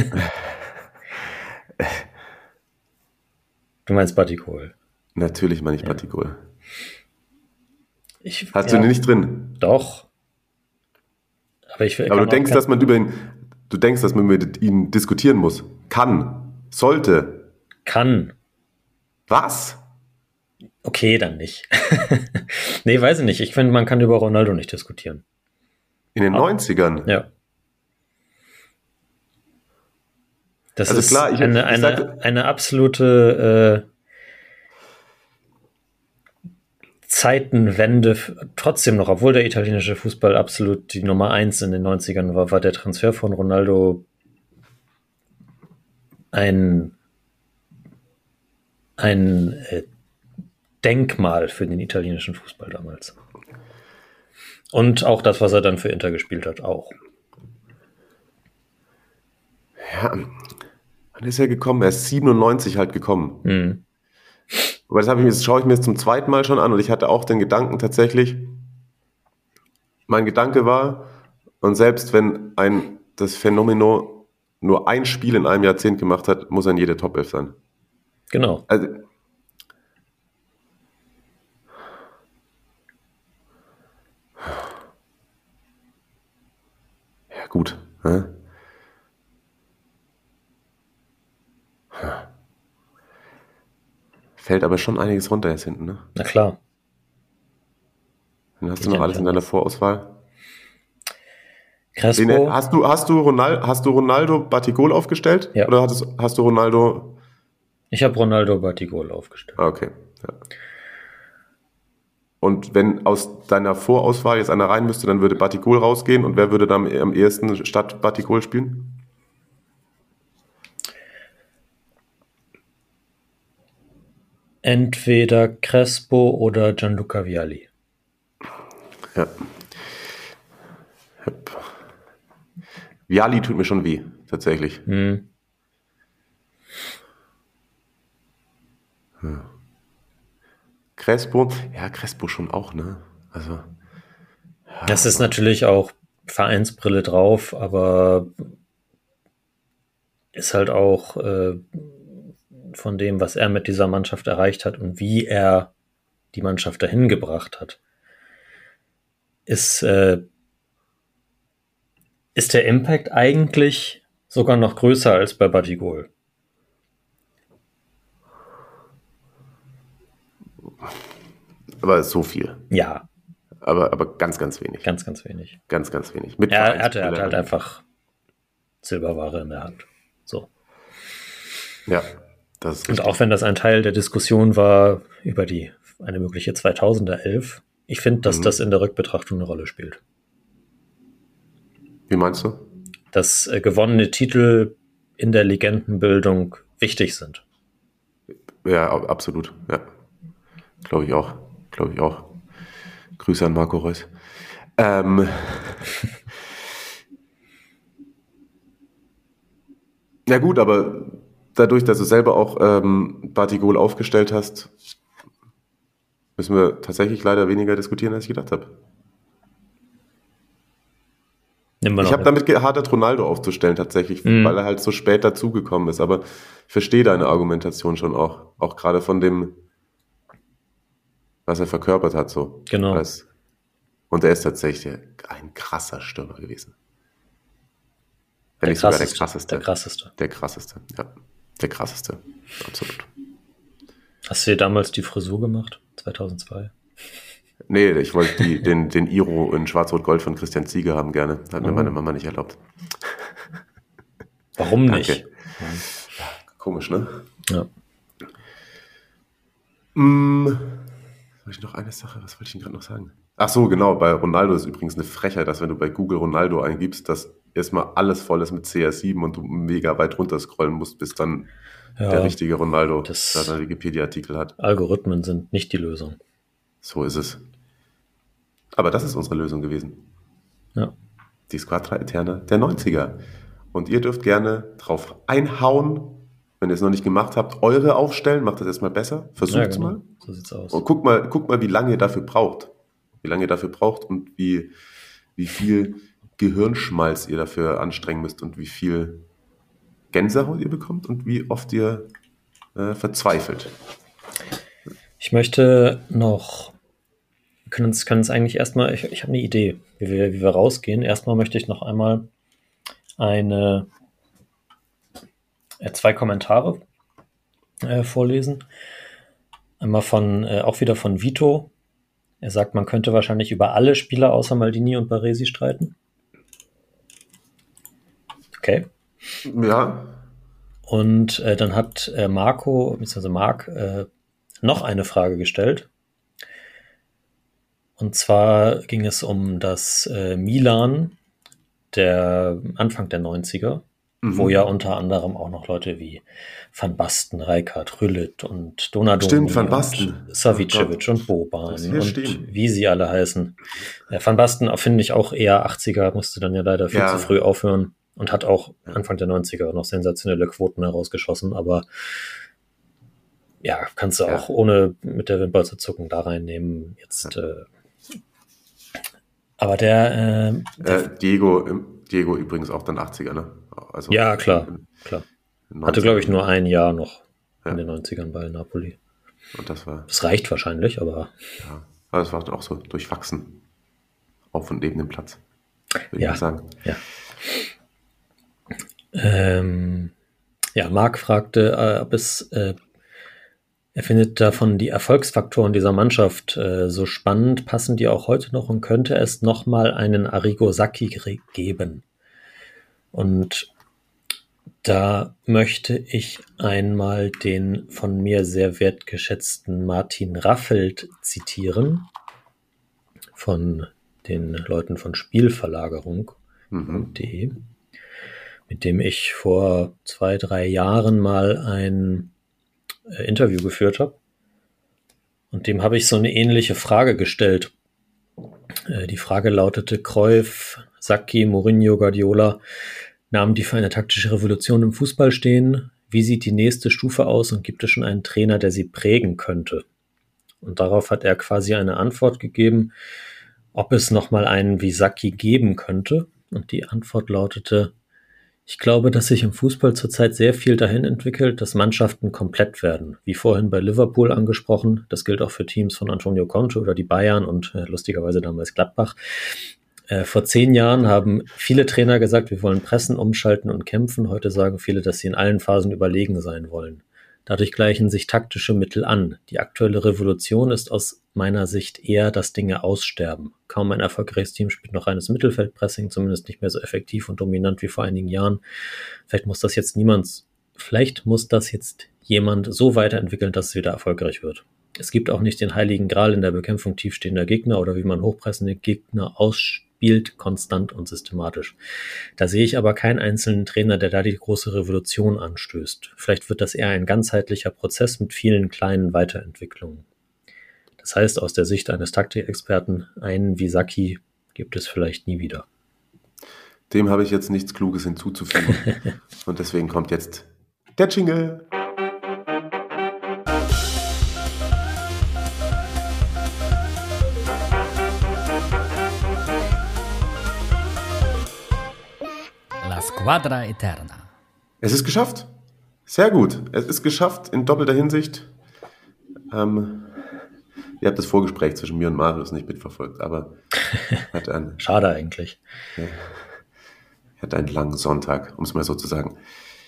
Du meinst Batikol. Natürlich meine ich Batikol. Hast du den nicht drin? Doch. Aber du denkst, dass man über ihn diskutieren muss. Sollte. Kann. Was? Okay, dann nicht. Nee, weiß ich nicht. Ich finde, man kann über Ronaldo nicht diskutieren. In den 90ern? Ja. Das also ist klar, eine absolute Zeitenwende trotzdem noch, obwohl der italienische Fußball absolut die Nummer 1 in den 90ern war der Transfer von Ronaldo ein Denkmal für den italienischen Fußball damals. Und auch das, was er dann für Inter gespielt hat, auch. Ja, wann ist er gekommen? Er ist 97 halt gekommen. Aber das schaue ich mir jetzt zum zweiten Mal schon an und ich hatte auch den Gedanken tatsächlich, mein Gedanke war, und selbst wenn das Phänomeno nur ein Spiel in einem Jahrzehnt gemacht hat, muss er in jeder Top 11 sein. Genau. Also, ja gut. Fällt aber schon einiges runter jetzt hinten, ne? Na klar. Dann hast du noch alles in deiner Vorauswahl. Crespo. Hast du Ronaldo Batigol aufgestellt? Ja. Oder hast du Ronaldo? Ich habe Ronaldo Batigol aufgestellt. Okay. Ja. Und wenn aus deiner Vorauswahl jetzt einer rein müsste, dann würde Batigol rausgehen und wer würde dann am ehesten statt Batigol spielen? Entweder Crespo oder Gianluca Vialli. Ja. Vialli tut mir schon weh, tatsächlich. Ja. Crespo schon auch, ne? Also. Das ist natürlich auch Vereinsbrille drauf, aber ist halt auch von dem, was er mit dieser Mannschaft erreicht hat und wie er die Mannschaft dahin gebracht hat, ist der Impact eigentlich sogar noch größer als bei Batigol. Aber so viel. Ja. Aber ganz, ganz wenig. Ganz, ganz wenig. Ganz, ganz wenig. Er hatte halt einfach Silberware in der Hand. So. Ja, das ist richtig. Und auch wenn das ein Teil der Diskussion war über eine mögliche 2011, ich finde, dass das in der Rückbetrachtung eine Rolle spielt. Wie meinst du? Dass gewonnene Titel in der Legendenbildung wichtig sind. Ja, absolut. Ja. Glaube ich auch. Grüße an Marco Reus. Na gut, aber dadurch, dass du selber auch Batigol aufgestellt hast, müssen wir tatsächlich leider weniger diskutieren, als ich gedacht habe. Ich habe damit gehadert, Ronaldo aufzustellen tatsächlich, weil er halt so spät dazugekommen ist. Aber ich verstehe deine Argumentation schon auch. Auch gerade von dem, was er verkörpert hat. So. Genau. Und er ist tatsächlich ein krasser Stürmer gewesen. Wenn nicht sogar der krasseste. Der krasseste, ja. Der krasseste, absolut. Hast du dir damals die Frisur gemacht? 2002? Nee, ich wollte den Iro in Schwarz-Rot-Gold von Christian Ziege haben gerne. Hat mir meine Mama nicht erlaubt. Warum nicht? Ja, komisch, ne? Ja. Habe ich noch eine Sache? Was wollte ich denn gerade noch sagen? Ach so, genau. Bei Ronaldo ist übrigens eine Frechheit, dass wenn du bei Google Ronaldo eingibst, dass erstmal alles voll ist mit CR7 und du mega weit runter scrollen musst, bis dann der richtige Ronaldo da einen Wikipedia-Artikel hat. Algorithmen sind nicht die Lösung. So ist es. Aber das ist unsere Lösung gewesen. Ja. Die Squadra Eterna der 90er. Und ihr dürft gerne drauf einhauen, wenn ihr es noch nicht gemacht habt, eure aufstellen. Macht das erstmal besser. Versucht es mal. So sieht's aus. Und guckt mal, wie lange ihr dafür braucht. Und wie viel Gehirnschmalz ihr dafür anstrengen müsst und wie viel Gänsehaut ihr bekommt und wie oft ihr verzweifelt. Ich möchte noch, wir können uns eigentlich erstmal, ich habe eine Idee, wie wir rausgehen. Erstmal möchte ich noch einmal zwei Kommentare vorlesen. Einmal auch wieder von Vito. Er sagt, man könnte wahrscheinlich über alle Spieler außer Maldini und Baresi streiten. Okay. Ja. Und dann hat Mark noch eine Frage gestellt. Und zwar ging es um das Milan der Anfang der 90er, wo ja unter anderem auch noch Leute wie Van Basten, Rijkaard, Rüllit und Donadoni und Savicevic und Boban und wie sie alle heißen. Van Basten finde ich auch eher 80er, musste dann ja leider viel zu früh aufhören und hat auch Anfang der 90er noch sensationelle Quoten herausgeschossen, aber ja, kannst du auch ohne mit der Wimper zu zucken da reinnehmen. Jetzt, aber der Diego übrigens auch dann 80er, ne? Also ja, klar. Hatte, glaube ich, nur ein Jahr noch in den 90ern bei Napoli. Und das reicht wahrscheinlich, aber aber es war auch so durchwachsen. Auf und neben dem Platz, würde ich mal sagen. Ja. Marc fragte, ob er findet davon die Erfolgsfaktoren dieser Mannschaft so spannend, passen die auch heute noch und könnte es nochmal einen Arrigo Sacchi geben? Und da möchte ich einmal den von mir sehr wertgeschätzten Martin Raffelt zitieren, von den Leuten von Spielverlagerung.de, mit dem ich vor 2-3 Jahren mal ein Interview geführt habe. Und dem habe ich so eine ähnliche Frage gestellt. Die Frage lautete: Cruyff, Sacchi, Mourinho, Guardiola Namen, die für eine taktische Revolution im Fußball stehen. Wie sieht die nächste Stufe aus und gibt es schon einen Trainer, der sie prägen könnte? Und darauf hat er quasi eine Antwort gegeben, ob es nochmal einen wie Sacchi geben könnte. Und die Antwort lautete: Ich glaube, dass sich im Fußball zurzeit sehr viel dahin entwickelt, dass Mannschaften komplett werden. Wie vorhin bei Liverpool angesprochen, das gilt auch für Teams von Antonio Conte oder die Bayern und lustigerweise damals Gladbach. Vor 10 Jahren haben viele Trainer gesagt, wir wollen pressen, umschalten und kämpfen. Heute sagen viele, dass sie in allen Phasen überlegen sein wollen. Dadurch gleichen sich taktische Mittel an. Die aktuelle Revolution ist aus meiner Sicht eher, dass Dinge aussterben. Kaum ein erfolgreiches Team spielt noch reines Mittelfeldpressing, zumindest nicht mehr so effektiv und dominant wie vor einigen Jahren. Vielleicht muss das jetzt jemand so weiterentwickeln, dass es wieder erfolgreich wird. Es gibt auch nicht den heiligen Gral in der Bekämpfung tiefstehender Gegner oder wie man hochpressende Gegner ausspielt, konstant und systematisch. Da sehe ich aber keinen einzelnen Trainer, der da die große Revolution anstößt. Vielleicht wird das eher ein ganzheitlicher Prozess mit vielen kleinen Weiterentwicklungen. Das heißt, aus der Sicht eines Taktikexperten, einen wie Sacchi gibt es vielleicht nie wieder. Dem habe ich jetzt nichts Kluges hinzuzufügen. Und deswegen kommt jetzt der Jingle. La Squadra Eterna. Es ist geschafft. Sehr gut. Es ist geschafft in doppelter Hinsicht. Ihr habt das Vorgespräch zwischen mir und Marius nicht mitverfolgt, aber schade eigentlich. Ja, hatte einen langen Sonntag, um es mal so zu sagen.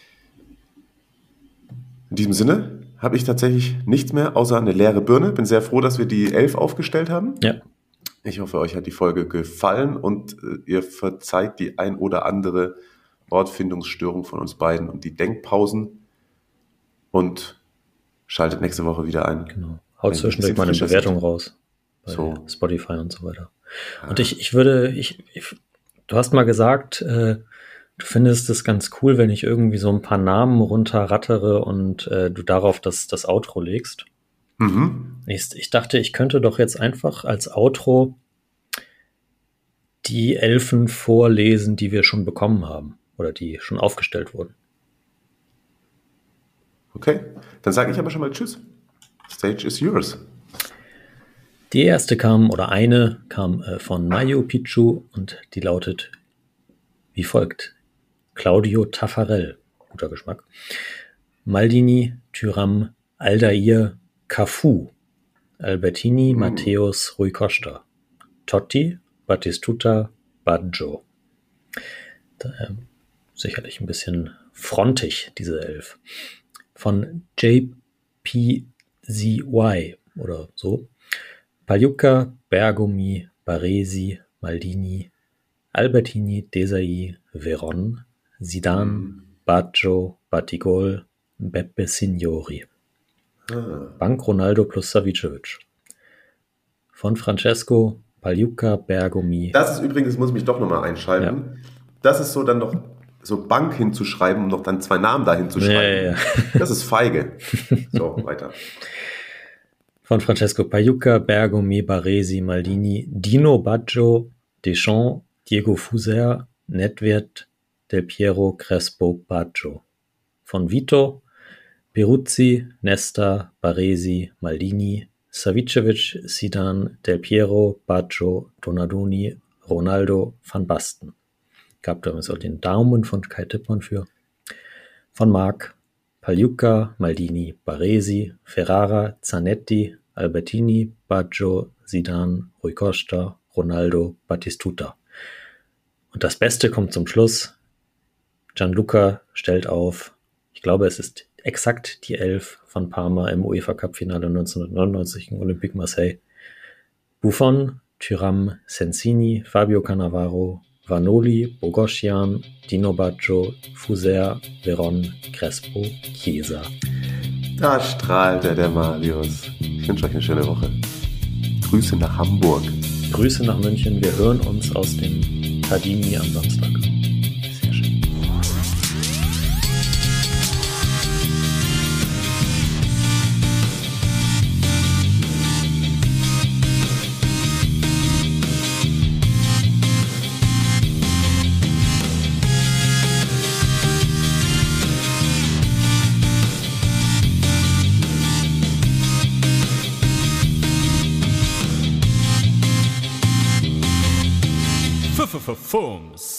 In diesem Sinne habe ich tatsächlich nichts mehr, außer eine leere Birne. Bin sehr froh, dass wir die 11 aufgestellt haben. Ja. Ich hoffe, euch hat die Folge gefallen und ihr verzeiht die ein oder andere Wortfindungsstörung von uns beiden und die Denkpausen und schaltet nächste Woche wieder ein. Genau. Haut zwischendurch mal eine Bewertung raus. Bei Spotify und so weiter. Ja. Und du hast mal gesagt, du findest es ganz cool, wenn ich irgendwie so ein paar Namen runterrattere und du darauf das Outro legst. Mhm. Ich dachte, ich könnte doch jetzt einfach als Outro die 11 vorlesen, die wir schon bekommen haben oder die schon aufgestellt wurden. Okay, dann sage ich aber schon mal Tschüss. Stage is yours. Die erste kam von Mayo Picchu und die lautet wie folgt: Claudio Taffarel, guter Geschmack, Maldini, Thuram, Aldair, Cafu, Albertini, Matthäus, Rui Costa, Totti, Batistuta, Baggio. Sicherlich ein bisschen frontig, diese 11. Von JPZY oder so. Pagliuca, Bergomi, Baresi, Maldini, Albertini, Desailly, Veron, Zidane, Baggio, Batigol, Beppe Signori. Bank Ronaldo plus Savicevic. Von Francesco, Pagliuca, Bergomi. Das ist übrigens, muss ich mich doch nochmal einschalten. Ja. Das ist so dann noch so Bank hinzuschreiben, um noch dann 2 Namen da hinzuschreiben. Ja. Das ist feige. So, weiter. Von Francesco, Pagliuca, Bergomi, Baresi, Maldini, Dino, Baggio, Deschamps, Diego Fuser, Nedved, Del Piero, Crespo, Baggio. Von Vito, Peruzzi, Nesta, Baresi, Maldini, Savicevic, Zidane, Del Piero, Baggio, Donadoni, Ronaldo, Van Basten. Gab damals auch den Daumen von Kai Tippmann für. Von Marc, Pagliuca, Maldini, Baresi, Ferrara, Zanetti, Albertini, Baggio, Zidane, Rui Costa, Ronaldo, Batistuta. Und das Beste kommt zum Schluss. Gianluca stellt auf, ich glaube, es ist exakt die 11 von Parma im UEFA-Cup-Finale 1999 in Olympique Marseille. Buffon, Thuram, Sensini, Fabio Cannavaro, Vanoli, Bogosian, Dino Baggio, Fuser, Veron, Crespo, Chiesa. Da strahlt der Marius. Ich wünsche euch eine schöne Woche. Grüße nach Hamburg. Grüße nach München. Wir hören uns aus dem Tardini am Samstag. Sehr schön. Fums.